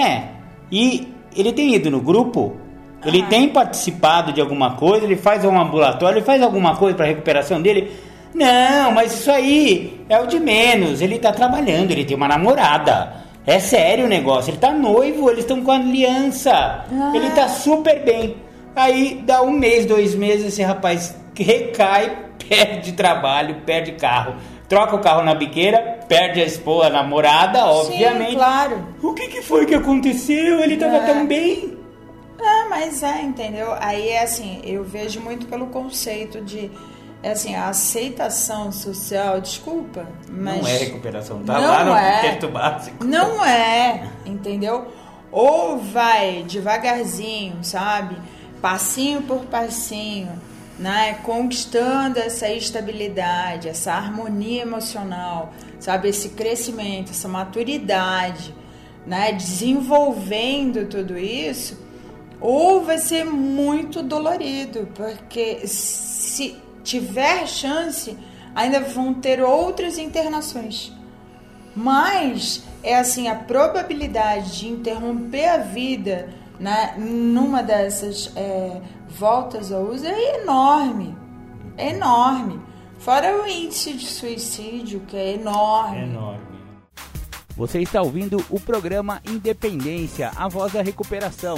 E ele tem ido no grupo, ele tem participado de alguma coisa, ele faz um ambulatório, ele faz alguma coisa pra recuperação dele. Não, mas isso aí é o de menos, ele tá trabalhando, ele tem uma namorada. É sério o negócio, ele tá noivo, eles estão com aliança, ele tá super bem. Aí dá 1 mês, 2 meses, esse rapaz recai, perde trabalho, perde carro, troca o carro na biqueira, perde a esposa, a namorada, obviamente. Sim, claro. O que foi que aconteceu? Ele tava tão bem. Mas entendeu? Aí assim, eu vejo muito pelo conceito de... assim, a aceitação social, desculpa, mas... Não é recuperação, tá lá no texto básico. Não é, entendeu? Ou vai devagarzinho, sabe? Passinho por passinho, né? Conquistando essa estabilidade, essa harmonia emocional, sabe? Esse crescimento, essa maturidade, né, desenvolvendo tudo isso, ou vai ser muito dolorido, porque se tiver chance, ainda vão ter outras internações. Mas é assim, a probabilidade de interromper a vida, né, numa dessas voltas ao uso é enorme. É enorme. Fora o índice de suicídio, que é enorme. Você está ouvindo o programa Independência, a voz da recuperação.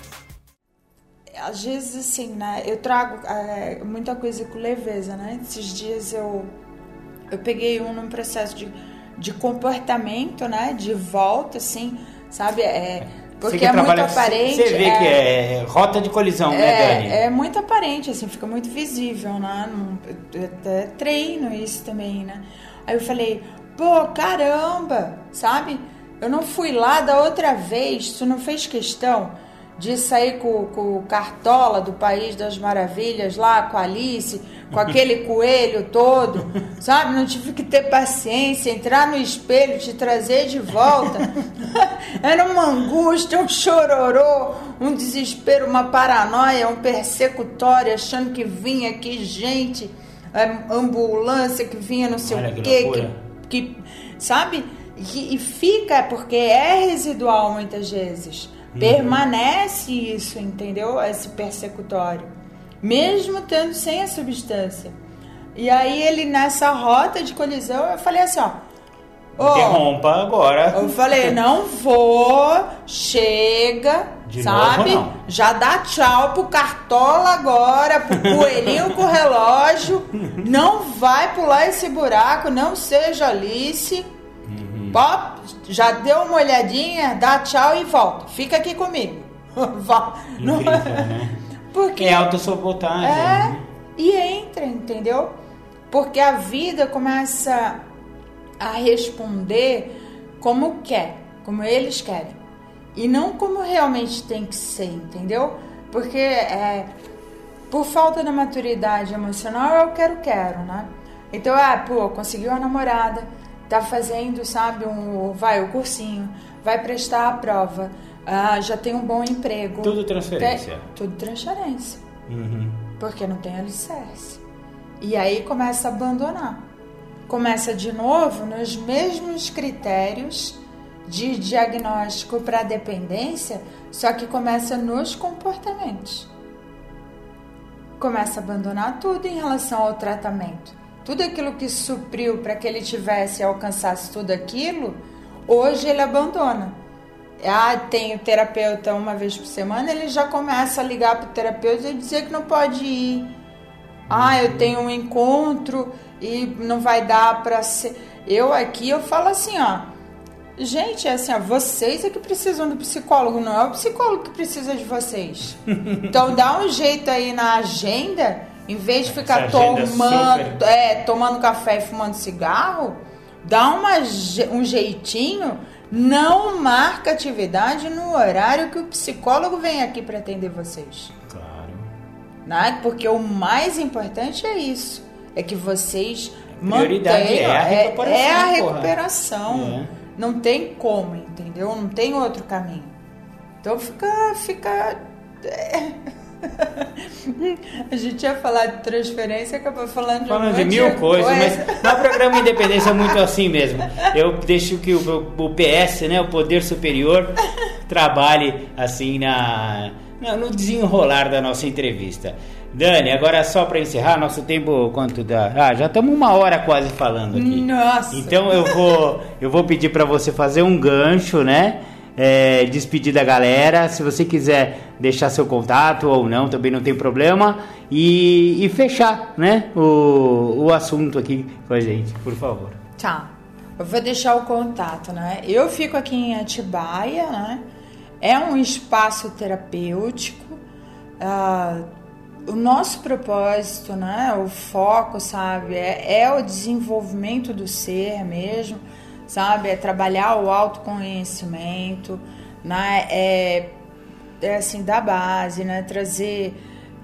Às vezes, assim, né, eu trago muita coisa com leveza, né? Esses dias eu peguei num processo de comportamento, né? De volta, assim, sabe? Porque é muito aparente. Você vê que é rota de colisão, né, Dani? É muito aparente, assim, fica muito visível, né? Eu até treino isso também, né? Aí eu falei, pô, caramba, sabe? Eu não fui lá da outra vez, tu não fez questão de sair com o Cartola do País das Maravilhas lá, com a Alice, com aquele coelho todo, sabe? Não tive que ter paciência, entrar no espelho, te trazer de volta. Era uma angústia, um chororô, um desespero, uma paranoia, um persecutório, achando que vinha aqui gente, ambulância que vinha não sei o quê, que sabe? E fica, porque é residual muitas vezes. Permanece isso, entendeu? Esse persecutório, mesmo tendo sem a substância. E aí ele, nessa rota de colisão, eu falei assim, interrompa agora. Eu falei, não vou, chega, de sabe? Novo, não. Já dá tchau pro Cartola agora, pro coelhinho com o relógio. Não vai pular esse buraco, não seja Alice. Pop, já deu uma olhadinha, dá tchau e volta. Fica aqui comigo. Incrível, né? Porque é autossabotagem. E entra, entendeu? Porque a vida começa a responder como quer, como eles querem. E não como realmente tem que ser, entendeu? Porque por falta da maturidade emocional, eu quero, né? Então, conseguiu a namorada, tá fazendo, sabe, o cursinho, vai prestar a prova, já tem um bom emprego. Tudo transferência. Tudo transferência. Porque não tem alicerce. E aí começa a abandonar. Começa de novo nos mesmos critérios de diagnóstico para dependência, só que começa nos comportamentos. Começa a abandonar tudo em relação ao tratamento. Tudo aquilo que supriu para que ele alcançasse tudo aquilo, hoje ele abandona. Tem o terapeuta uma vez por semana, ele já começa a ligar para o terapeuta e dizer que não pode ir. Eu tenho um encontro e não vai dar para ser. Eu falo assim, gente, vocês é que precisam do psicólogo, não é o psicólogo que precisa de vocês. Então dá um jeito aí na agenda. Em vez de ficar tomando café e fumando cigarro, dá um jeitinho, não marca atividade no horário que o psicólogo vem aqui para atender vocês. Claro. Né? Porque o mais importante é isso, é que vocês mantenham. É a recuperação. Não tem como, entendeu? Não tem outro caminho. Então fica a gente ia falar de transferência, acabou falando de mil coisas, mas no programa Independência é muito assim mesmo. Eu deixo que o PS, né, o Poder Superior, trabalhe assim no desenrolar da nossa entrevista. Dani, agora só para encerrar, nosso tempo quanto dá? Já estamos 1 hora quase falando aqui. Nossa! Então eu vou pedir para você fazer um gancho, né? Despedir da galera, se você quiser deixar seu contato ou não, também não tem problema, e fechar, né, o assunto aqui com a gente, por favor. Tá, eu vou deixar o contato, né? Eu fico aqui em Atibaia, né? É um espaço terapêutico. O nosso propósito, né, o foco, sabe, é o desenvolvimento do ser mesmo, sabe, é trabalhar o autoconhecimento, né, assim, da base, né, trazer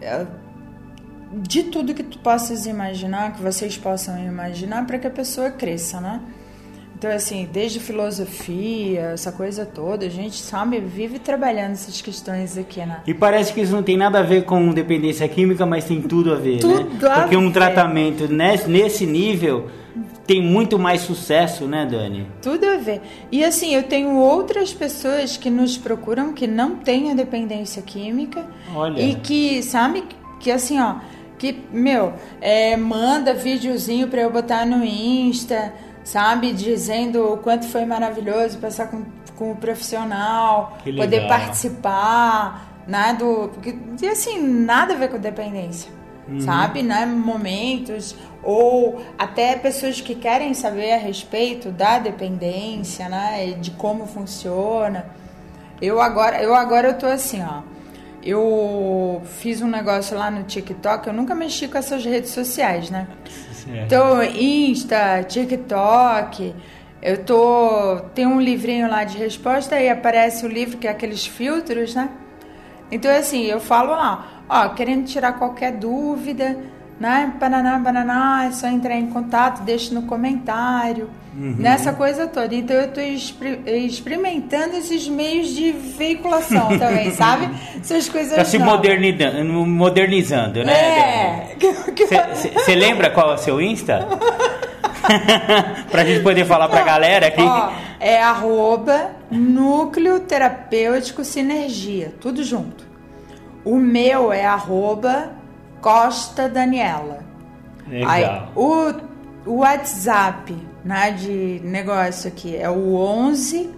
de tudo que tu possas imaginar, que vocês possam imaginar, para que a pessoa cresça, né. Então, assim, desde filosofia, essa coisa toda, a gente, sabe, vive trabalhando essas questões aqui, né? E parece que isso não tem nada a ver com dependência química, mas tem tudo a ver, tudo né? Porque um tratamento nesse nível tem muito mais sucesso, né, Dani? Tudo a ver. E assim, eu tenho outras pessoas que nos procuram que não têm a dependência química. Olha. E que, sabe, que assim, ó, que, manda videozinho pra eu botar no Insta, sabe, dizendo o quanto foi maravilhoso passar com o profissional, poder participar, né, porque assim, nada a ver com dependência, sabe, né, momentos, ou até pessoas que querem saber a respeito da dependência, né, de como funciona. Eu agora tô assim, ó, eu fiz um negócio lá no TikTok, eu nunca mexi com essas redes sociais, né? Então, Insta, TikTok, tem um livrinho lá de resposta e aparece o livro que é aqueles filtros, né? Então, assim, eu falo lá, ó, querendo tirar qualquer dúvida, né? Bananá, é só entrar em contato, deixa no comentário, nessa coisa toda. Então, eu tô experimentando esses meios de veiculação também, sabe? Essas coisas tá se modernizando, né? Você lembra qual é o seu Insta? Pra gente poder falar pra galera aqui. Ó, é @Núcleo Terapêutico Sinergia, tudo junto. O meu é @Costa Daniela. Legal. Aí, o WhatsApp, né, de negócio aqui é o 11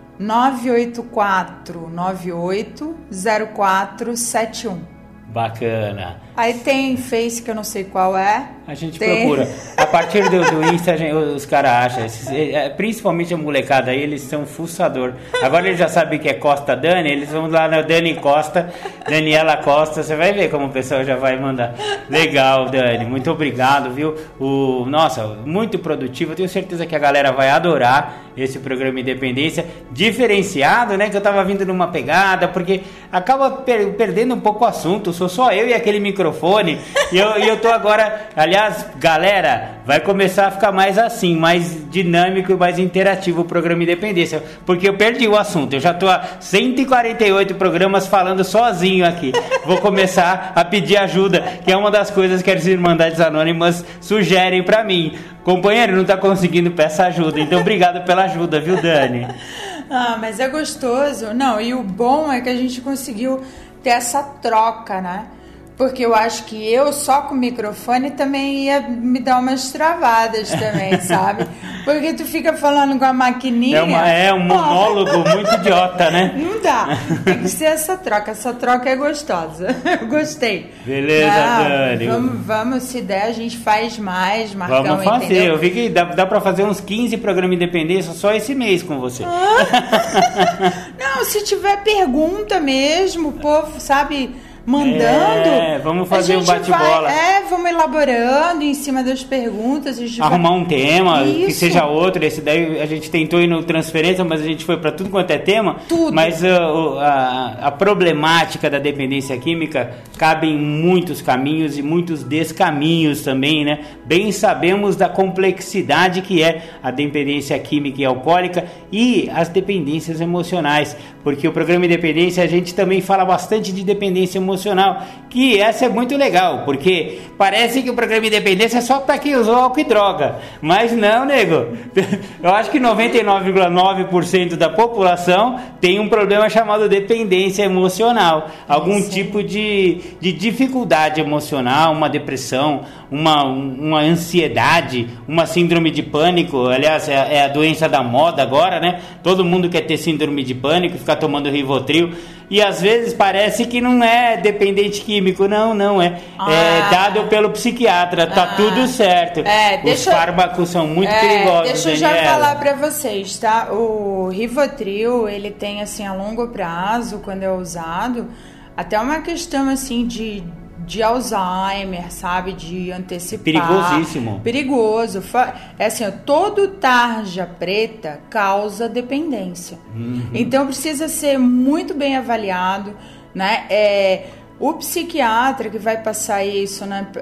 984 98 0471. Bacana. Aí tem Face que eu não sei qual é. A gente procura. A partir do Insta, os caras acham. Principalmente a molecada aí, eles são fuçador. Agora eles já sabem que é Costa Dani, eles vão lá na Dani Costa, Daniela Costa. Você vai ver como o pessoal já vai mandar. Legal, Dani. Muito obrigado, viu? Nossa, muito produtivo. Eu tenho certeza que a galera vai adorar esse programa Independência. Diferenciado, né? Que eu tava vindo numa pegada, porque acaba perdendo um pouco o assunto. Sou só eu e aquele microfone. E eu tô agora... Aliás, galera, vai começar a ficar mais assim, mais dinâmico e mais interativo o programa Independência, porque eu perdi o assunto. Eu já tô há 148 programas falando sozinho aqui. Vou começar a pedir ajuda, que é uma das coisas que as Irmandades Anônimas sugerem pra mim. Companheiro, não tá conseguindo, peça ajuda. Então, obrigado pela ajuda, viu, Dani? Ah, mas é gostoso. Não, e o bom é que a gente conseguiu ter essa troca, né? Porque eu acho que eu só com o microfone também ia me dar umas travadas também, sabe? Porque tu fica falando com a maquininha... É um monólogo muito idiota, né? Não dá. Tem que ser essa troca. Essa troca é gostosa. Eu gostei. Beleza, Dani. Vamos, se der, a gente faz mais, Marcão, vamos fazer. Entendeu? Eu vi que dá pra fazer uns 15 programas Independência só esse mês com você. Não, se tiver pergunta mesmo, o povo, sabe... mandando, vamos fazer um bate-bola. Vamos elaborando em cima das perguntas. Arrumar um tema que seja outro. Esse daí a gente tentou ir no transferência, mas a gente foi para tudo quanto é tema. Tudo. Mas a problemática da dependência química cabe em muitos caminhos e muitos descaminhos também, né? Bem sabemos da complexidade que é a dependência química e alcoólica e as dependências emocionais, porque o programa Independência a gente também fala bastante de dependência emocional, que essa é muito legal, porque parece que o programa Independência é só para quem usou álcool e droga, mas não, nego. Eu acho que 99,9% da população tem um problema chamado dependência emocional, algum tipo de dificuldade emocional, uma depressão, uma ansiedade, uma síndrome de pânico. Aliás, é a doença da moda agora, né? Todo mundo quer ter síndrome de pânico, ficar tomando Rivotril. E às vezes parece que não é dependente químico, não é. É dado pelo psiquiatra, tá tudo certo. Os fármacos são muito perigosos, deixa eu já falar pra vocês, tá? O Rivotril, ele tem assim a longo prazo, quando é usado, até uma questão assim de Alzheimer, sabe? De antecipar. Perigosíssimo. Perigoso. É assim, todo tarja preta causa dependência. Então precisa ser muito bem avaliado, né? O psiquiatra que vai passar isso, né?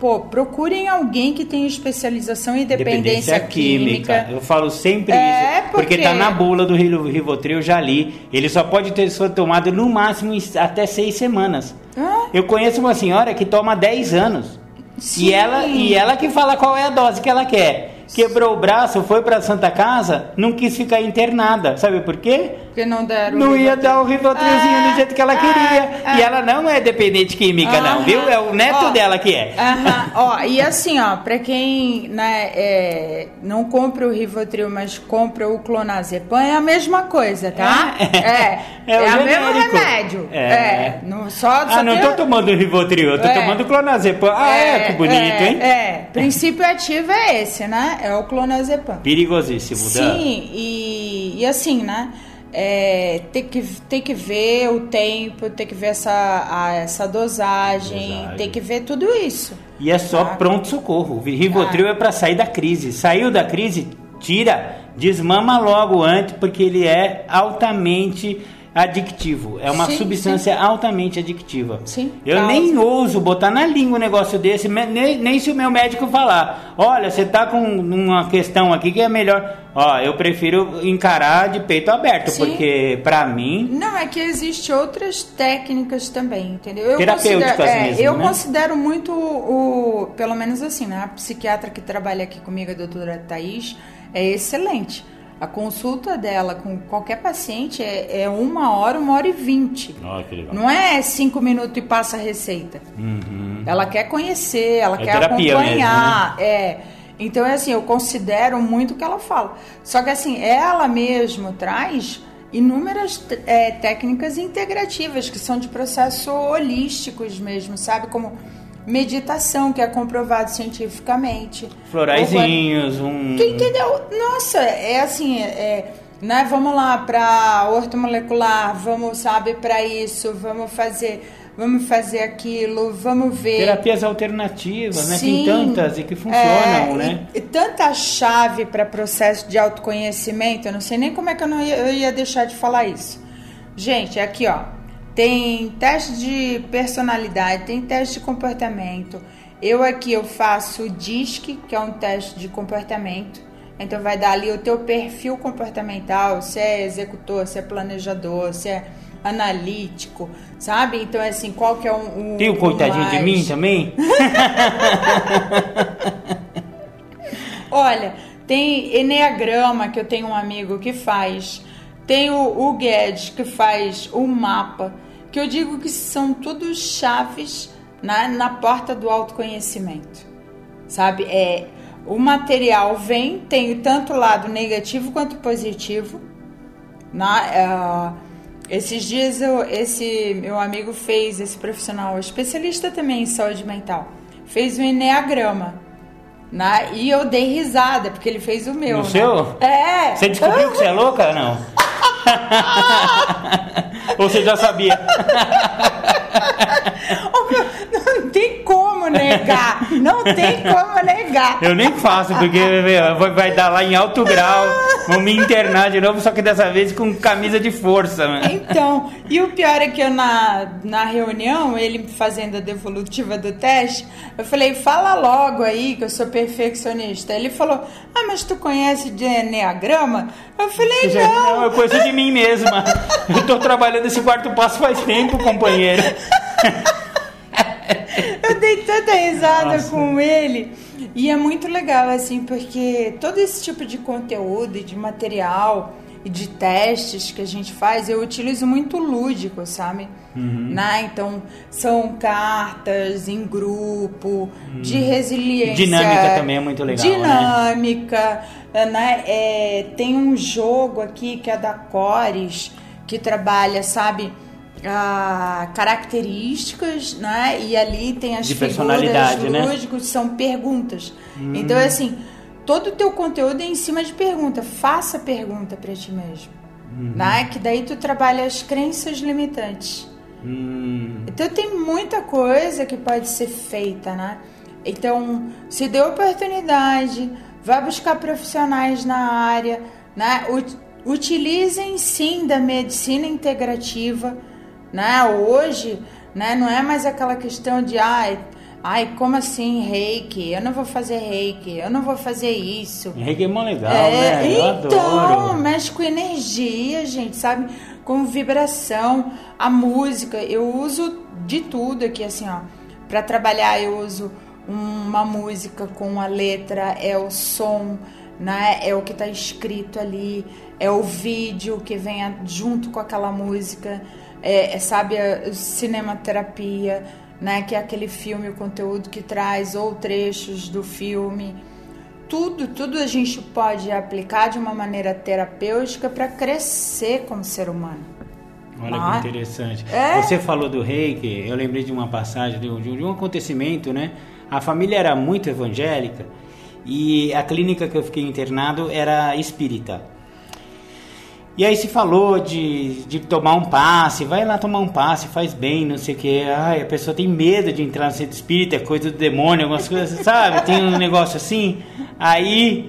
procurem alguém que tenha especialização em dependência química. Eu falo sempre isso, porque tá na bula do Rivotril, já li. Ele só pode ter sido tomado no máximo até 6 semanas. Eu conheço uma senhora que toma há 10 anos. Sim. E ela que fala qual é a dose que ela quer. Quebrou o braço, foi pra Santa Casa, não quis ficar internada. Sabe por quê? Porque não deram. Não ia dar o Rivotrilzinho do jeito que ela queria. E ela não é dependente química, não, viu? É o neto dela que é. E assim, pra quem não compra o Rivotril, mas compra o Clonazepam, é a mesma coisa, tá? É o mesmo remédio. Não tô tomando o Rivotril, eu tô tomando o Clonazepam. Que bonito, hein? Princípio ativo é esse, né? É o Clonazepam. Perigosíssimo. Sim, e assim, né? Tem que ver o tempo, tem que ver essa dosagem, tem que ver tudo isso. E é só pronto-socorro. O Rivotril é para sair da crise. Saiu da crise, tira, desmama logo antes, porque ele é altamente adictivo. É uma substância altamente adictiva. Sim. Eu nem ouso botar na língua um negócio desse, nem se o meu médico falar, olha, você tá com uma questão aqui que é melhor. Eu prefiro encarar de peito aberto, porque pra mim... Não, é que existem outras técnicas também, entendeu? Terapêuticas mesmo, eu né? considero muito pelo menos assim, né? A psiquiatra que trabalha aqui comigo, a doutora Thaís, é excelente. A consulta dela com qualquer paciente é 1 hora, 1h20. Que legal. Não é 5 minutos e passa a receita. Ela quer conhecer, ela quer acompanhar. Mesmo, né? Então, assim, eu considero muito o que ela fala. Só que, assim, ela mesmo traz inúmeras técnicas integrativas, que são de processos holísticos mesmo, sabe? Como meditação, que é comprovado cientificamente. Floraizinhos, Entendeu? Nossa, é assim, né? Vamos lá para ortomolecular, vamos, sabe, para isso, vamos fazer aquilo, vamos ver. Terapias alternativas, né? Sim, tem tantas e que funcionam, né? E tanta chave para processo de autoconhecimento, eu não sei nem como é que eu ia deixar de falar isso. Gente, aqui, tem teste de personalidade, tem teste de comportamento. Eu faço o DISC, que é um teste de comportamento. Então vai dar ali o teu perfil comportamental, se é executor, se é planejador, se é analítico, sabe? Então, assim, qual que é Tem o coitadinho de mim também? Olha, tem Eneagrama, que eu tenho um amigo que faz. Tem o Guedes, que faz o mapa, que eu digo que são tudo chaves na porta do autoconhecimento, sabe? O material tem tanto o lado negativo quanto positivo. Esses dias esse meu amigo fez, esse profissional especialista também em saúde mental, fez um Eneagrama. E eu dei risada, porque ele fez o meu. O seu? Você descobriu que você é louca ou não? Ou você já sabia? Não tem como negar. Não tem como negar. Eu nem faço, porque vai dar lá em alto grau. Vão me internar de novo, só que dessa vez com camisa de força, né? Então, e o pior é que eu na reunião, ele fazendo a devolutiva do teste, eu falei, fala logo aí que eu sou perfeccionista. Ele falou, mas tu conhece de Eneagrama? Eu falei, não. Eu conheço de mim mesma. Eu tô trabalhando esse quarto passo faz tempo, companheiro. Eu dei tanta risada com ele. E é muito legal, assim, porque todo esse tipo de conteúdo e de material e de testes que a gente faz, eu utilizo muito lúdico, sabe? Então, são cartas em grupo, de resiliência. Dinâmica também é muito legal, dinâmica, né? Tem um jogo aqui que é da Cores, que trabalha, sabe, características, né? E ali tem as de figuras lúdicas, né? São perguntas. Então, assim, todo o teu conteúdo é em cima de pergunta. Faça pergunta para ti mesmo, né? Que daí tu trabalha as crenças limitantes. Então tem muita coisa que pode ser feita, né? Então, se dê oportunidade, vá buscar profissionais na área, né? Utilizem sim da medicina integrativa, né? Hoje, né, não é mais aquela questão de Ai, como assim reiki? Eu não vou fazer reiki, eu não vou fazer isso. Reiki é mó legal, né? Eu então, adoro. mexe com energia, gente, sabe? Com vibração, a música. Eu uso de tudo aqui, assim, ó. Pra trabalhar, eu uso uma música com a letra, é o som, né? É o que tá escrito ali, é o vídeo que vem junto com aquela música, sabe, a cinematerapia, né? Que é aquele filme, o conteúdo que traz ou trechos do filme. Tudo a gente pode aplicar de uma maneira terapêutica para crescer como ser humano. Olha que interessante. É? Você falou do reiki, eu lembrei de uma passagem, de um acontecimento, né? A família era muito evangélica e a clínica que eu fiquei internado era espírita. E aí se falou de tomar um passe, vai lá tomar um passe, faz bem, não sei o que. Ai, a pessoa tem medo de entrar no centro espírita, é coisa do demônio, algumas coisas, sabe? Tem um negócio assim. Aí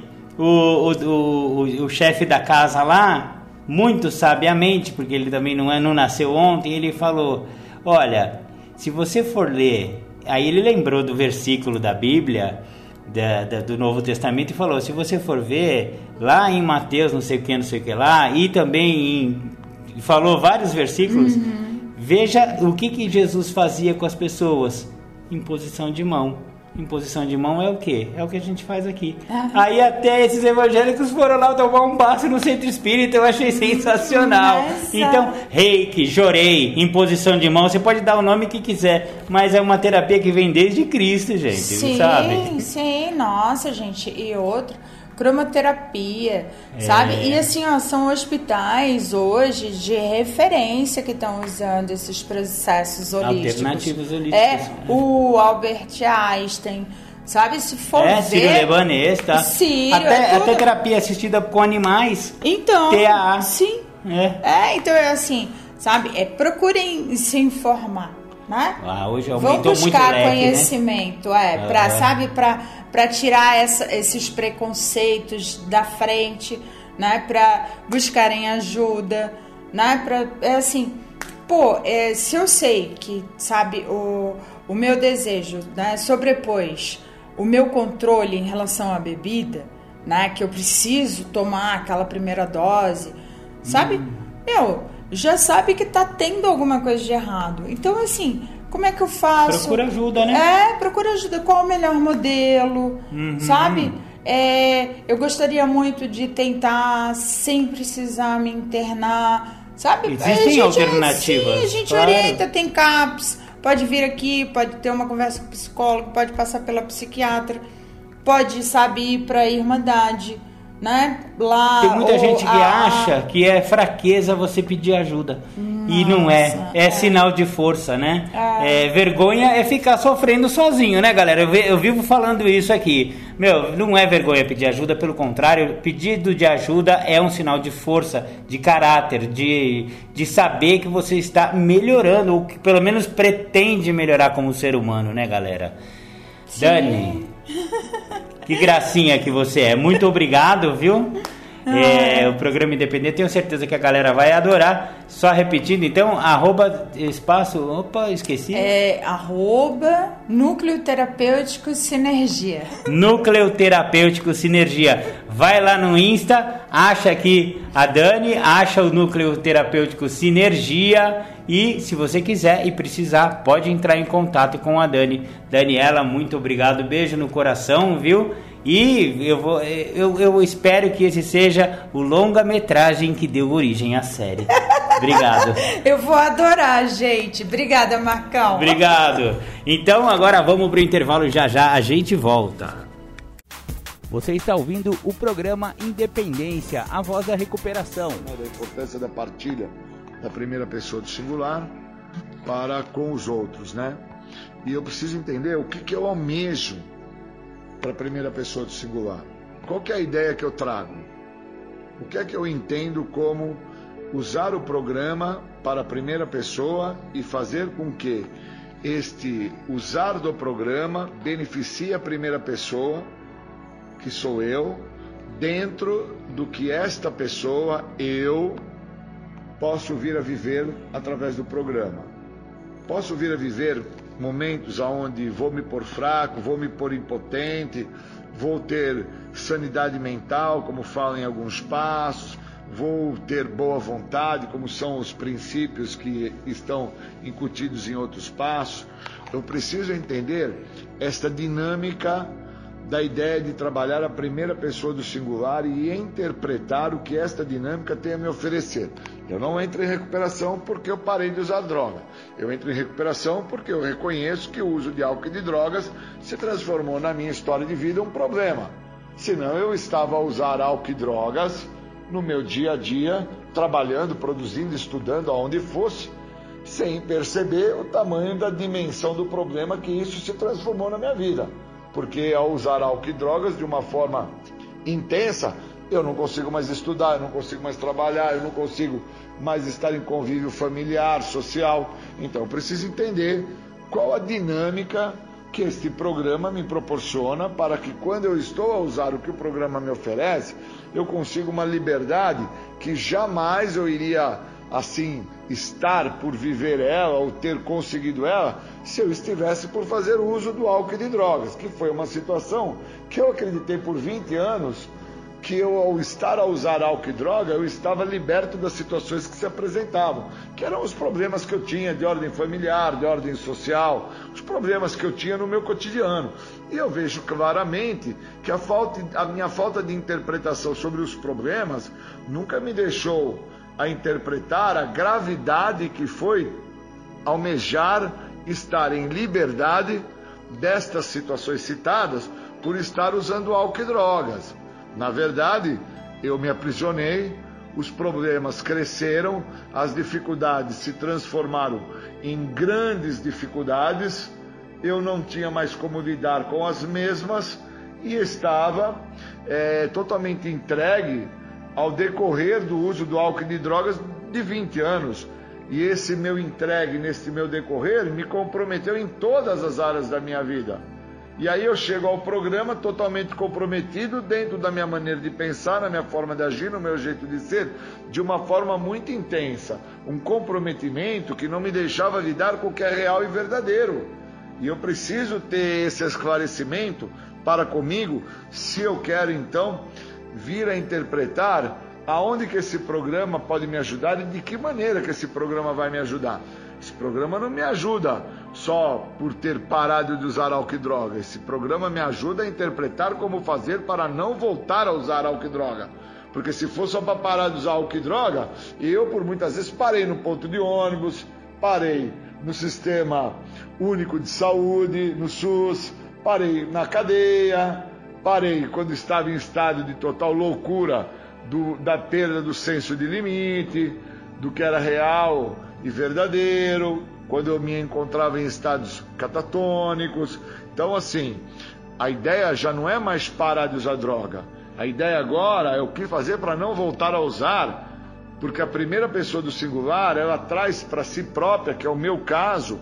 o chefe da casa lá, muito sabiamente, porque ele também não nasceu ontem, ele falou, olha, se você for ler, aí ele lembrou do versículo da Bíblia, do Novo Testamento, e falou, se você for ver lá em Mateus não sei o que lá, e também falou vários versículos, veja o que Jesus fazia com as pessoas, imposição de mão. Imposição de mão é o quê? É o que a gente faz aqui. Aí até esses evangélicos foram lá tomar um passo no centro espírita, eu achei sensacional. Nossa. Então, reiki, jorei, imposição de mão, você pode dar o nome que quiser, mas é uma terapia que vem desde Cristo, gente, sim, sabe? Sim, nossa, gente, e outro, cromoterapia, sabe? E assim, ó, são hospitais hoje de referência que estão usando esses processos holísticos. Alternativos holísticos. O Albert Einstein, sabe? Se for ver... Sírio Libanês, tá? Sírio, até terapia assistida com animais. Então, TAA. sim. Então é assim, sabe? Procurem se informar, né? Hoje vão aumentou muito o buscar leque, conhecimento, né? sabe, para tirar esses preconceitos da frente, né? Para buscarem ajuda, né? Assim, se eu sei que, sabe, o meu desejo, né, sobrepôs o meu controle em relação à bebida, né? Que eu preciso tomar aquela primeira dose, sabe? Já sabe que tá tendo alguma coisa de errado. Então, assim, como é que eu faço? Procura ajuda, né? Procura ajuda. Qual o melhor modelo, sabe? Eu gostaria muito de tentar sem precisar me internar, sabe? Existem alternativas. Sim, a gente claro. orienta, tem CAPS, pode vir aqui, pode ter uma conversa com o psicólogo, pode passar pela psiquiatra, pode, sabe, ir pra Irmandade, né? Lá, tem muita gente que acha que é fraqueza você pedir ajuda. E não é sinal de força, né? Vergonha é ficar sofrendo sozinho, né, galera? Eu vivo falando isso aqui. Não é vergonha pedir ajuda, pelo contrário, pedido de ajuda é um sinal de força, de caráter, de saber que você está melhorando, ou que pelo menos pretende melhorar como ser humano, né, galera? Sim. Dani, que gracinha que você é. Muito obrigado, viu? O programa Independente, tenho certeza que a galera vai adorar. Só repetindo, então, @ opa, esqueci. Núcleo Terapêutico Sinergia. Núcleo Terapêutico Sinergia. Vai lá no Insta, acha aqui a Dani, acha o Núcleo Terapêutico Sinergia. E se você quiser e precisar, pode entrar em contato com a Dani. Daniela, muito obrigado, beijo no coração, viu? E eu espero que esse seja o longa-metragem que deu origem à série. Obrigado. Eu vou adorar, gente. Obrigada, Marcão. Obrigado. Então agora vamos pro intervalo, já a gente volta. Você está ouvindo o programa Independência, a voz da recuperação. Da importância da partilha da primeira pessoa do singular para com os outros, né? E eu preciso entender o que eu almejo para a primeira pessoa do singular. Qual que é a ideia que eu trago? O que é que eu entendo como usar o programa para a primeira pessoa e fazer com que este usar do programa beneficie a primeira pessoa, que sou eu, dentro do que esta pessoa, eu, posso vir a viver através do programa. Posso vir a viver momentos onde vou me pôr fraco, vou me pôr impotente, vou ter sanidade mental, como falam em alguns passos, vou ter boa vontade, como são os princípios que estão incutidos em outros passos. Eu preciso entender esta dinâmica da ideia de trabalhar a primeira pessoa do singular e interpretar o que esta dinâmica tem a me oferecer. Eu não entro em recuperação porque eu parei de usar droga. Eu entro em recuperação porque eu reconheço que o uso de álcool e de drogas se transformou na minha história de vida um problema. Senão eu estava a usar álcool e drogas no meu dia a dia, trabalhando, produzindo, estudando, aonde fosse, sem perceber o tamanho da dimensão do problema que isso se transformou na minha vida. Porque ao usar álcool e drogas de uma forma intensa, eu não consigo mais estudar, eu não consigo mais trabalhar, eu não consigo mais estar em convívio familiar, social. Então eu preciso entender qual a dinâmica que este programa me proporciona para que quando eu estou a usar o que o programa me oferece, eu consiga uma liberdade que jamais eu iria assim estar por viver ela ou ter conseguido ela se eu estivesse por fazer uso do álcool e de drogas, que foi uma situação que eu acreditei por 20 anos que eu, ao estar a usar álcool e droga, eu estava liberto das situações que se apresentavam, que eram os problemas que eu tinha de ordem familiar, de ordem social, os problemas que eu tinha no meu cotidiano. E eu vejo claramente que a minha falta de interpretação sobre os problemas nunca me deixou a interpretar a gravidade que foi almejar estar em liberdade destas situações citadas por estar usando álcool e drogas. Na verdade, eu me aprisionei, os problemas cresceram, as dificuldades se transformaram em grandes dificuldades, eu não tinha mais como lidar com as mesmas e estava totalmente entregue ao decorrer do uso do álcool e de drogas de 20 anos. E esse meu entregue, nesse meu decorrer, me comprometeu em todas as áreas da minha vida. E aí eu chego ao programa totalmente comprometido dentro da minha maneira de pensar, na minha forma de agir, no meu jeito de ser, de uma forma muito intensa. Um comprometimento que não me deixava lidar com o que é real e verdadeiro. E eu preciso ter esse esclarecimento para comigo, se eu quero então vir a interpretar aonde que esse programa pode me ajudar e de que maneira que esse programa vai me ajudar. Esse programa não me ajuda só por ter parado de usar álcool e droga. Esse programa me ajuda a interpretar como fazer para não voltar a usar álcool e droga. Porque se for só para parar de usar álcool e droga, eu por muitas vezes parei no ponto de ônibus, parei no Sistema Único de Saúde, no SUS, parei na cadeia, parei quando estava em estado de total loucura da perda do senso de limite, do que era real e verdadeiro, quando eu me encontrava em estados catatônicos. Então, assim, a ideia já não é mais parar de usar droga. A ideia agora é o que fazer para não voltar a usar, porque a primeira pessoa do singular, ela traz para si própria, que é o meu caso,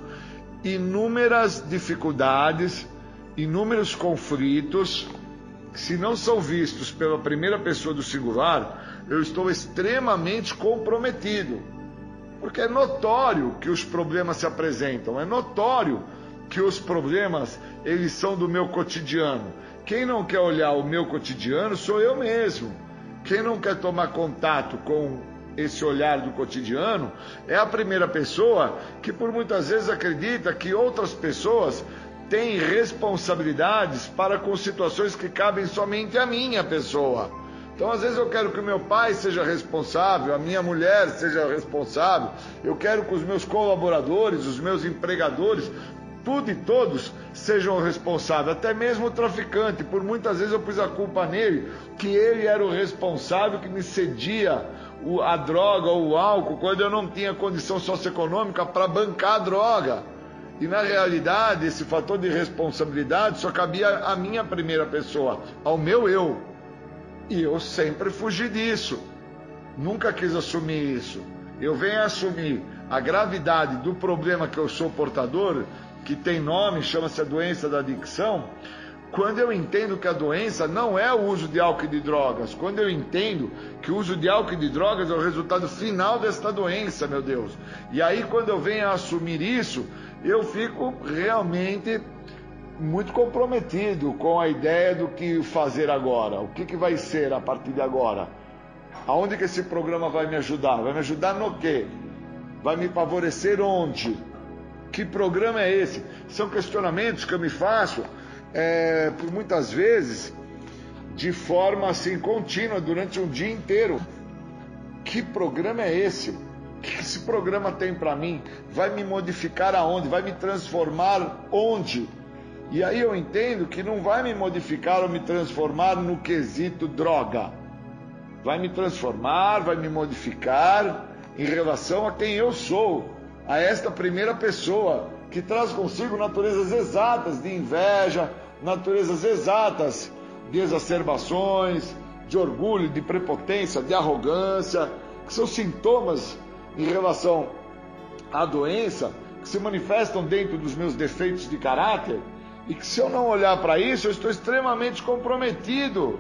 inúmeras dificuldades, inúmeros conflitos, que se não são vistos pela primeira pessoa do singular, eu estou extremamente comprometido. Porque é notório que os problemas se apresentam, é notório que os problemas, eles são do meu cotidiano. Quem não quer olhar o meu cotidiano sou eu mesmo. Quem não quer tomar contato com esse olhar do cotidiano é a primeira pessoa que por muitas vezes acredita que outras pessoas têm responsabilidades para com situações que cabem somente à minha pessoa. Então, às vezes eu quero que o meu pai seja responsável, a minha mulher seja responsável, eu quero que os meus colaboradores, os meus empregadores, tudo e todos sejam responsáveis, até mesmo o traficante. Por muitas vezes eu pus a culpa nele, que ele era o responsável que me cedia a droga ou o álcool quando eu não tinha condição socioeconômica para bancar a droga. E na realidade esse fator de responsabilidade só cabia à minha primeira pessoa, ao meu eu. E eu sempre fugi disso, nunca quis assumir isso. Eu venho assumir a gravidade do problema que eu sou portador, que tem nome, chama-se a doença da adicção, quando eu entendo que a doença não é o uso de álcool e de drogas, quando eu entendo que o uso de álcool e de drogas é o resultado final desta doença, meu Deus. E aí quando eu venho a assumir isso, eu fico realmente muito comprometido com a ideia do que fazer agora, o que vai ser a partir de agora, aonde que esse programa vai me ajudar no quê? Vai me favorecer onde? Que programa é esse? São questionamentos que eu me faço por muitas vezes de forma assim contínua durante um dia inteiro. Que programa é esse? O que esse programa tem para mim? Vai me modificar aonde? Vai me transformar onde? E aí eu entendo que não vai me modificar ou me transformar no quesito droga. Vai me transformar, vai me modificar em relação a quem eu sou, a esta primeira pessoa, que traz consigo naturezas exatas de inveja, naturezas exatas de exacerbações, de orgulho, de prepotência, de arrogância, que são sintomas em relação à doença, que se manifestam dentro dos meus defeitos de caráter, e que se eu não olhar para isso, eu estou extremamente comprometido.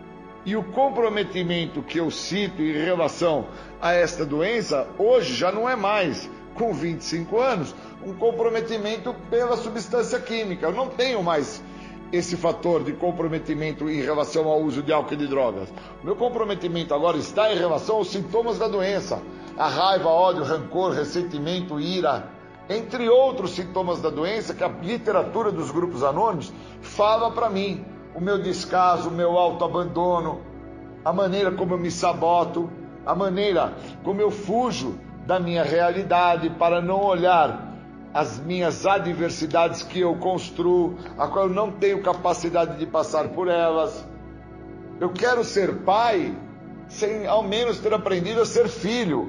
E o comprometimento que eu cito em relação a esta doença, hoje já não é mais, com 25 anos, um comprometimento pela substância química. Eu não tenho mais esse fator de comprometimento em relação ao uso de álcool e de drogas. O meu comprometimento agora está em relação aos sintomas da doença. A raiva, ódio, rancor, ressentimento, ira, entre outros sintomas da doença que a literatura dos grupos anônimos fala para mim. O meu descaso, o meu autoabandono, a maneira como eu me saboto, a maneira como eu fujo da minha realidade para não olhar as minhas adversidades que eu construo, a qual eu não tenho capacidade de passar por elas. Eu quero ser pai sem ao menos ter aprendido a ser filho.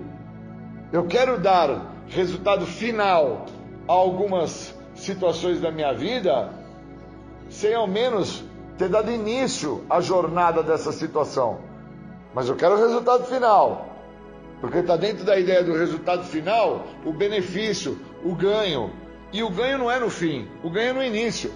Eu quero dar resultado final a algumas situações da minha vida sem ao menos ter dado início à jornada dessa situação. Mas eu quero o resultado final, porque está dentro da ideia do resultado final o benefício, o ganho. E o ganho não é no fim, o ganho é no início.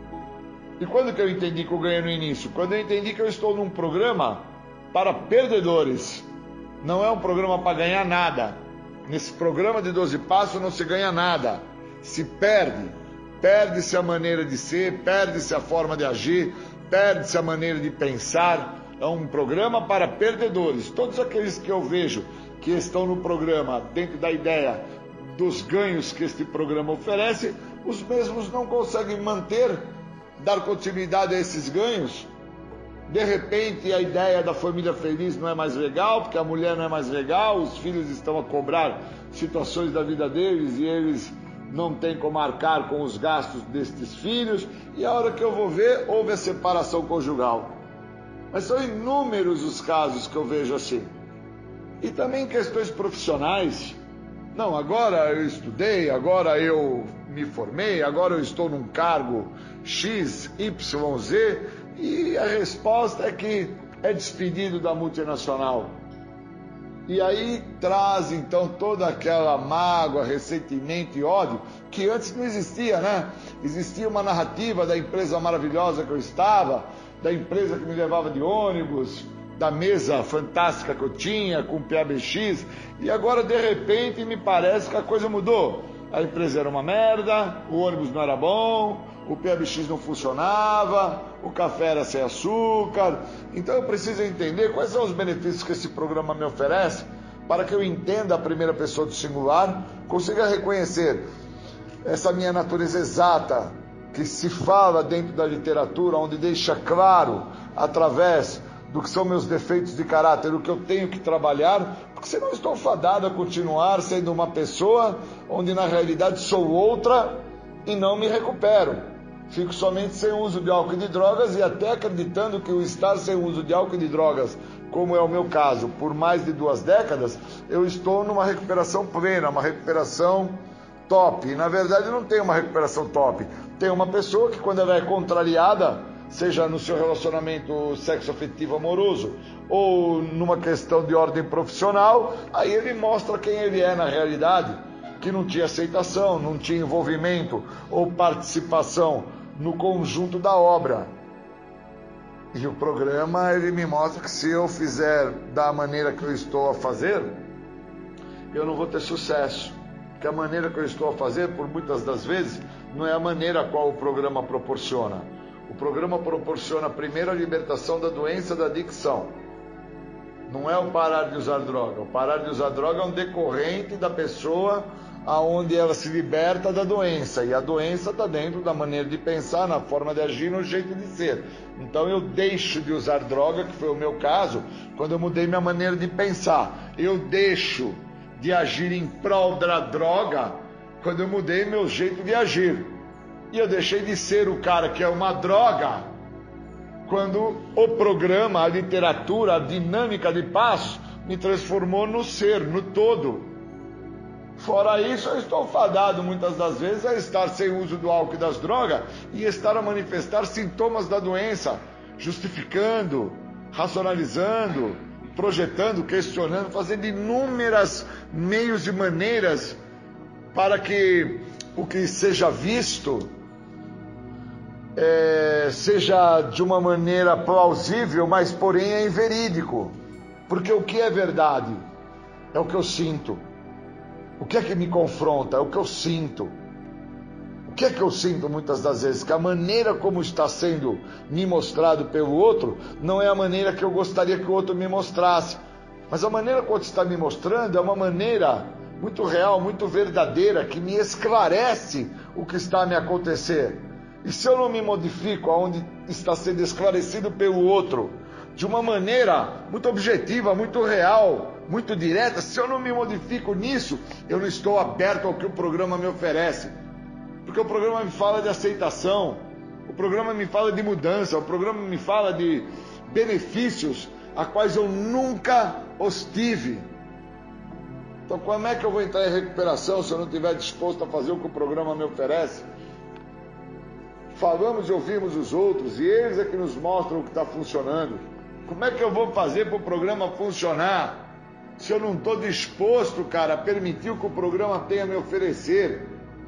E quando que eu entendi que o ganho é no início? Quando eu entendi que eu estou num programa para perdedores. Não é um programa para ganhar nada. Nesse programa de 12 passos não se ganha nada. Se perde. Perde-se a maneira de ser, perde-se a forma de agir, perde-se a maneira de pensar. É um programa para perdedores. Todos aqueles que eu vejo que estão no programa, dentro da ideia dos ganhos que este programa oferece, os mesmos não conseguem manter, dar continuidade a esses ganhos. De repente a ideia da família feliz não é mais legal, porque a mulher não é mais legal, os filhos estão a cobrar situações da vida deles e eles não têm como arcar com os gastos destes filhos, e a hora que eu vou ver, houve a separação conjugal. Mas são inúmeros os casos que eu vejo assim. E também questões profissionais. Não, agora eu estudei, agora eu me formei, agora eu estou num cargo X, Y, Z, e a resposta é que é despedido da multinacional. E aí traz então toda aquela mágoa, ressentimento e ódio que antes não existia, né? Existia uma narrativa da empresa maravilhosa que eu estava, da empresa que me levava de ônibus, da mesa fantástica que eu tinha com o PABX, e agora de repente me parece que a coisa mudou. A empresa era uma merda, o ônibus não era bom, o PABX não funcionava, o café era sem açúcar. Então eu preciso entender quais são os benefícios que esse programa me oferece, para que eu entenda a primeira pessoa do singular, consiga reconhecer essa minha natureza exata, que se fala dentro da literatura, onde deixa claro, através do que são meus defeitos de caráter, o que eu tenho que trabalhar, porque senão estou fadado a continuar sendo uma pessoa onde na realidade sou outra e não me recupero. Fico somente sem uso de álcool e de drogas, e até acreditando que o estar sem uso de álcool e de drogas, como é o meu caso, por mais de 2 décadas, eu estou numa recuperação plena, uma recuperação top. E na verdade não tem uma recuperação top. Tem uma pessoa que quando ela é contrariada, seja no seu relacionamento sexo-afetivo amoroso ou numa questão de ordem profissional, aí ele mostra quem ele é na realidade, que não tinha aceitação, não tinha envolvimento ou participação no conjunto da obra. E o programa, ele me mostra que se eu fizer da maneira que eu estou a fazer, eu não vou ter sucesso. que a maneira que eu estou a fazer, por muitas das vezes, não é a maneira a qual o programa proporciona. O programa proporciona primeiro a libertação da doença da adicção. Não é o parar de usar droga. O parar de usar droga é um decorrente da pessoa aonde ela se liberta da doença. E a doença está dentro da maneira de pensar, na forma de agir, no jeito de ser. Então eu deixo de usar droga, que foi o meu caso, quando eu mudei minha maneira de pensar. Eu deixo de agir em prol da droga quando eu mudei meu jeito de agir. E eu deixei de ser o cara que é uma droga quando o programa, a literatura, a dinâmica de passo me transformou no ser, no todo. Fora isso, eu estou fadado muitas das vezes a estar sem uso do álcool e das drogas e estar a manifestar sintomas da doença, justificando, racionalizando, projetando, questionando, fazendo inúmeras meios e maneiras para que o que seja visto seja de uma maneira plausível, mas porém é inverídico. Porque o que é verdade é o que eu sinto. O que é que me confronta? É o que eu sinto. O que é que eu sinto muitas das vezes? Que a maneira como está sendo me mostrado pelo outro não é a maneira que eu gostaria que o outro me mostrasse. Mas a maneira que o outro está me mostrando é uma maneira muito real, muito verdadeira, que me esclarece o que está a me acontecer. E se eu não me modifico aonde está sendo esclarecido pelo outro, de uma maneira muito objetiva, muito real, muito direta, se eu não me modifico nisso, eu não estou aberto ao que o programa me oferece. Porque o programa me fala de aceitação, o programa me fala de mudança, o programa me fala de benefícios a quais eu nunca os tive. Então como é que eu vou entrar em recuperação se eu não estiver disposto a fazer o que o programa me oferece? Falamos e ouvimos os outros, e eles é que nos mostram o que está funcionando. Como é que eu vou fazer para o programa funcionar se eu não estou disposto, cara, a permitir o que o programa tem a me oferecer?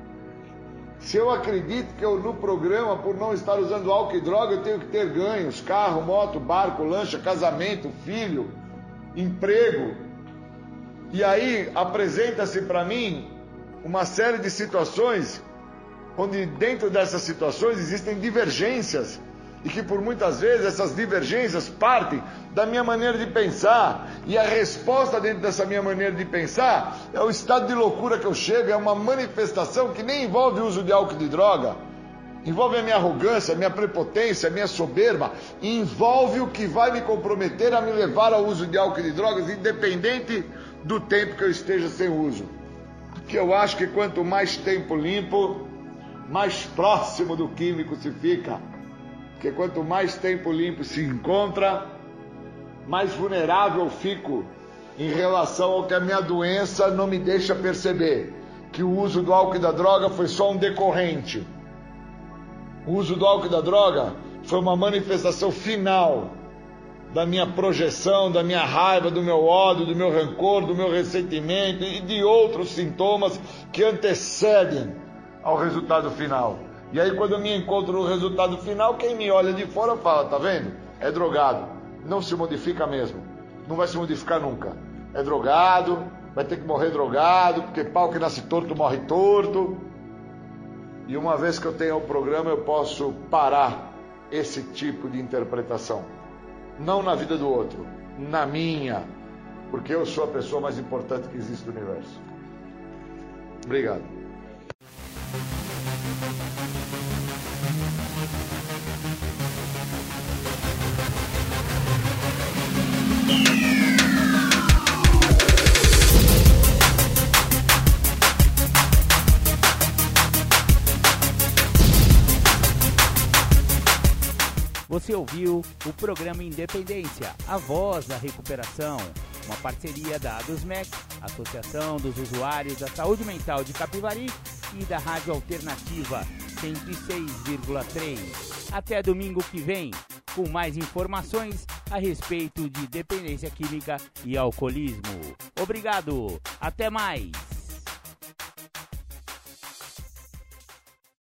Se eu acredito que eu no programa, por não estar usando álcool e droga, eu tenho que ter ganhos, carro, moto, barco, lancha, casamento, filho, emprego. E aí apresenta-se para mim uma série de situações onde dentro dessas situações existem divergências e que por muitas vezes essas divergências partem da minha maneira de pensar, e a resposta dentro dessa minha maneira de pensar é o estado de loucura que eu chego, é uma manifestação que nem envolve o uso de álcool e de droga, envolve a minha arrogância, a minha prepotência, a minha soberba, envolve o que vai me comprometer a me levar ao uso de álcool e de drogas, independente do tempo que eu esteja sem uso. Porque eu acho que quanto mais tempo limpo, mais próximo do químico se fica. Porque quanto mais tempo limpo se encontra, mais vulnerável eu fico em relação ao que a minha doença não me deixa perceber. Que o uso do álcool e da droga foi só um decorrente. O uso do álcool e da droga foi uma manifestação final da minha projeção, da minha raiva, do meu ódio, do meu rancor, do meu ressentimento e de outros sintomas que antecedem ao resultado final. E aí quando eu me encontro no resultado final, quem me olha de fora fala, tá vendo? É drogado, não se modifica mesmo, não vai se modificar nunca, é drogado, vai ter que morrer drogado, porque pau que nasce torto morre torto. E uma vez que eu tenho o programa, eu posso parar esse tipo de interpretação, não na vida do outro, na minha, porque eu sou a pessoa mais importante que existe no universo. Obrigado. Você ouviu o programa Independência, a voz da recuperação, uma parceria da ADUSMEC, Associação dos Usuários da Saúde Mental de Capivari, e da Rádio Alternativa 106,3. Até domingo que vem, com mais informações a respeito de dependência química e alcoolismo. Obrigado, até mais!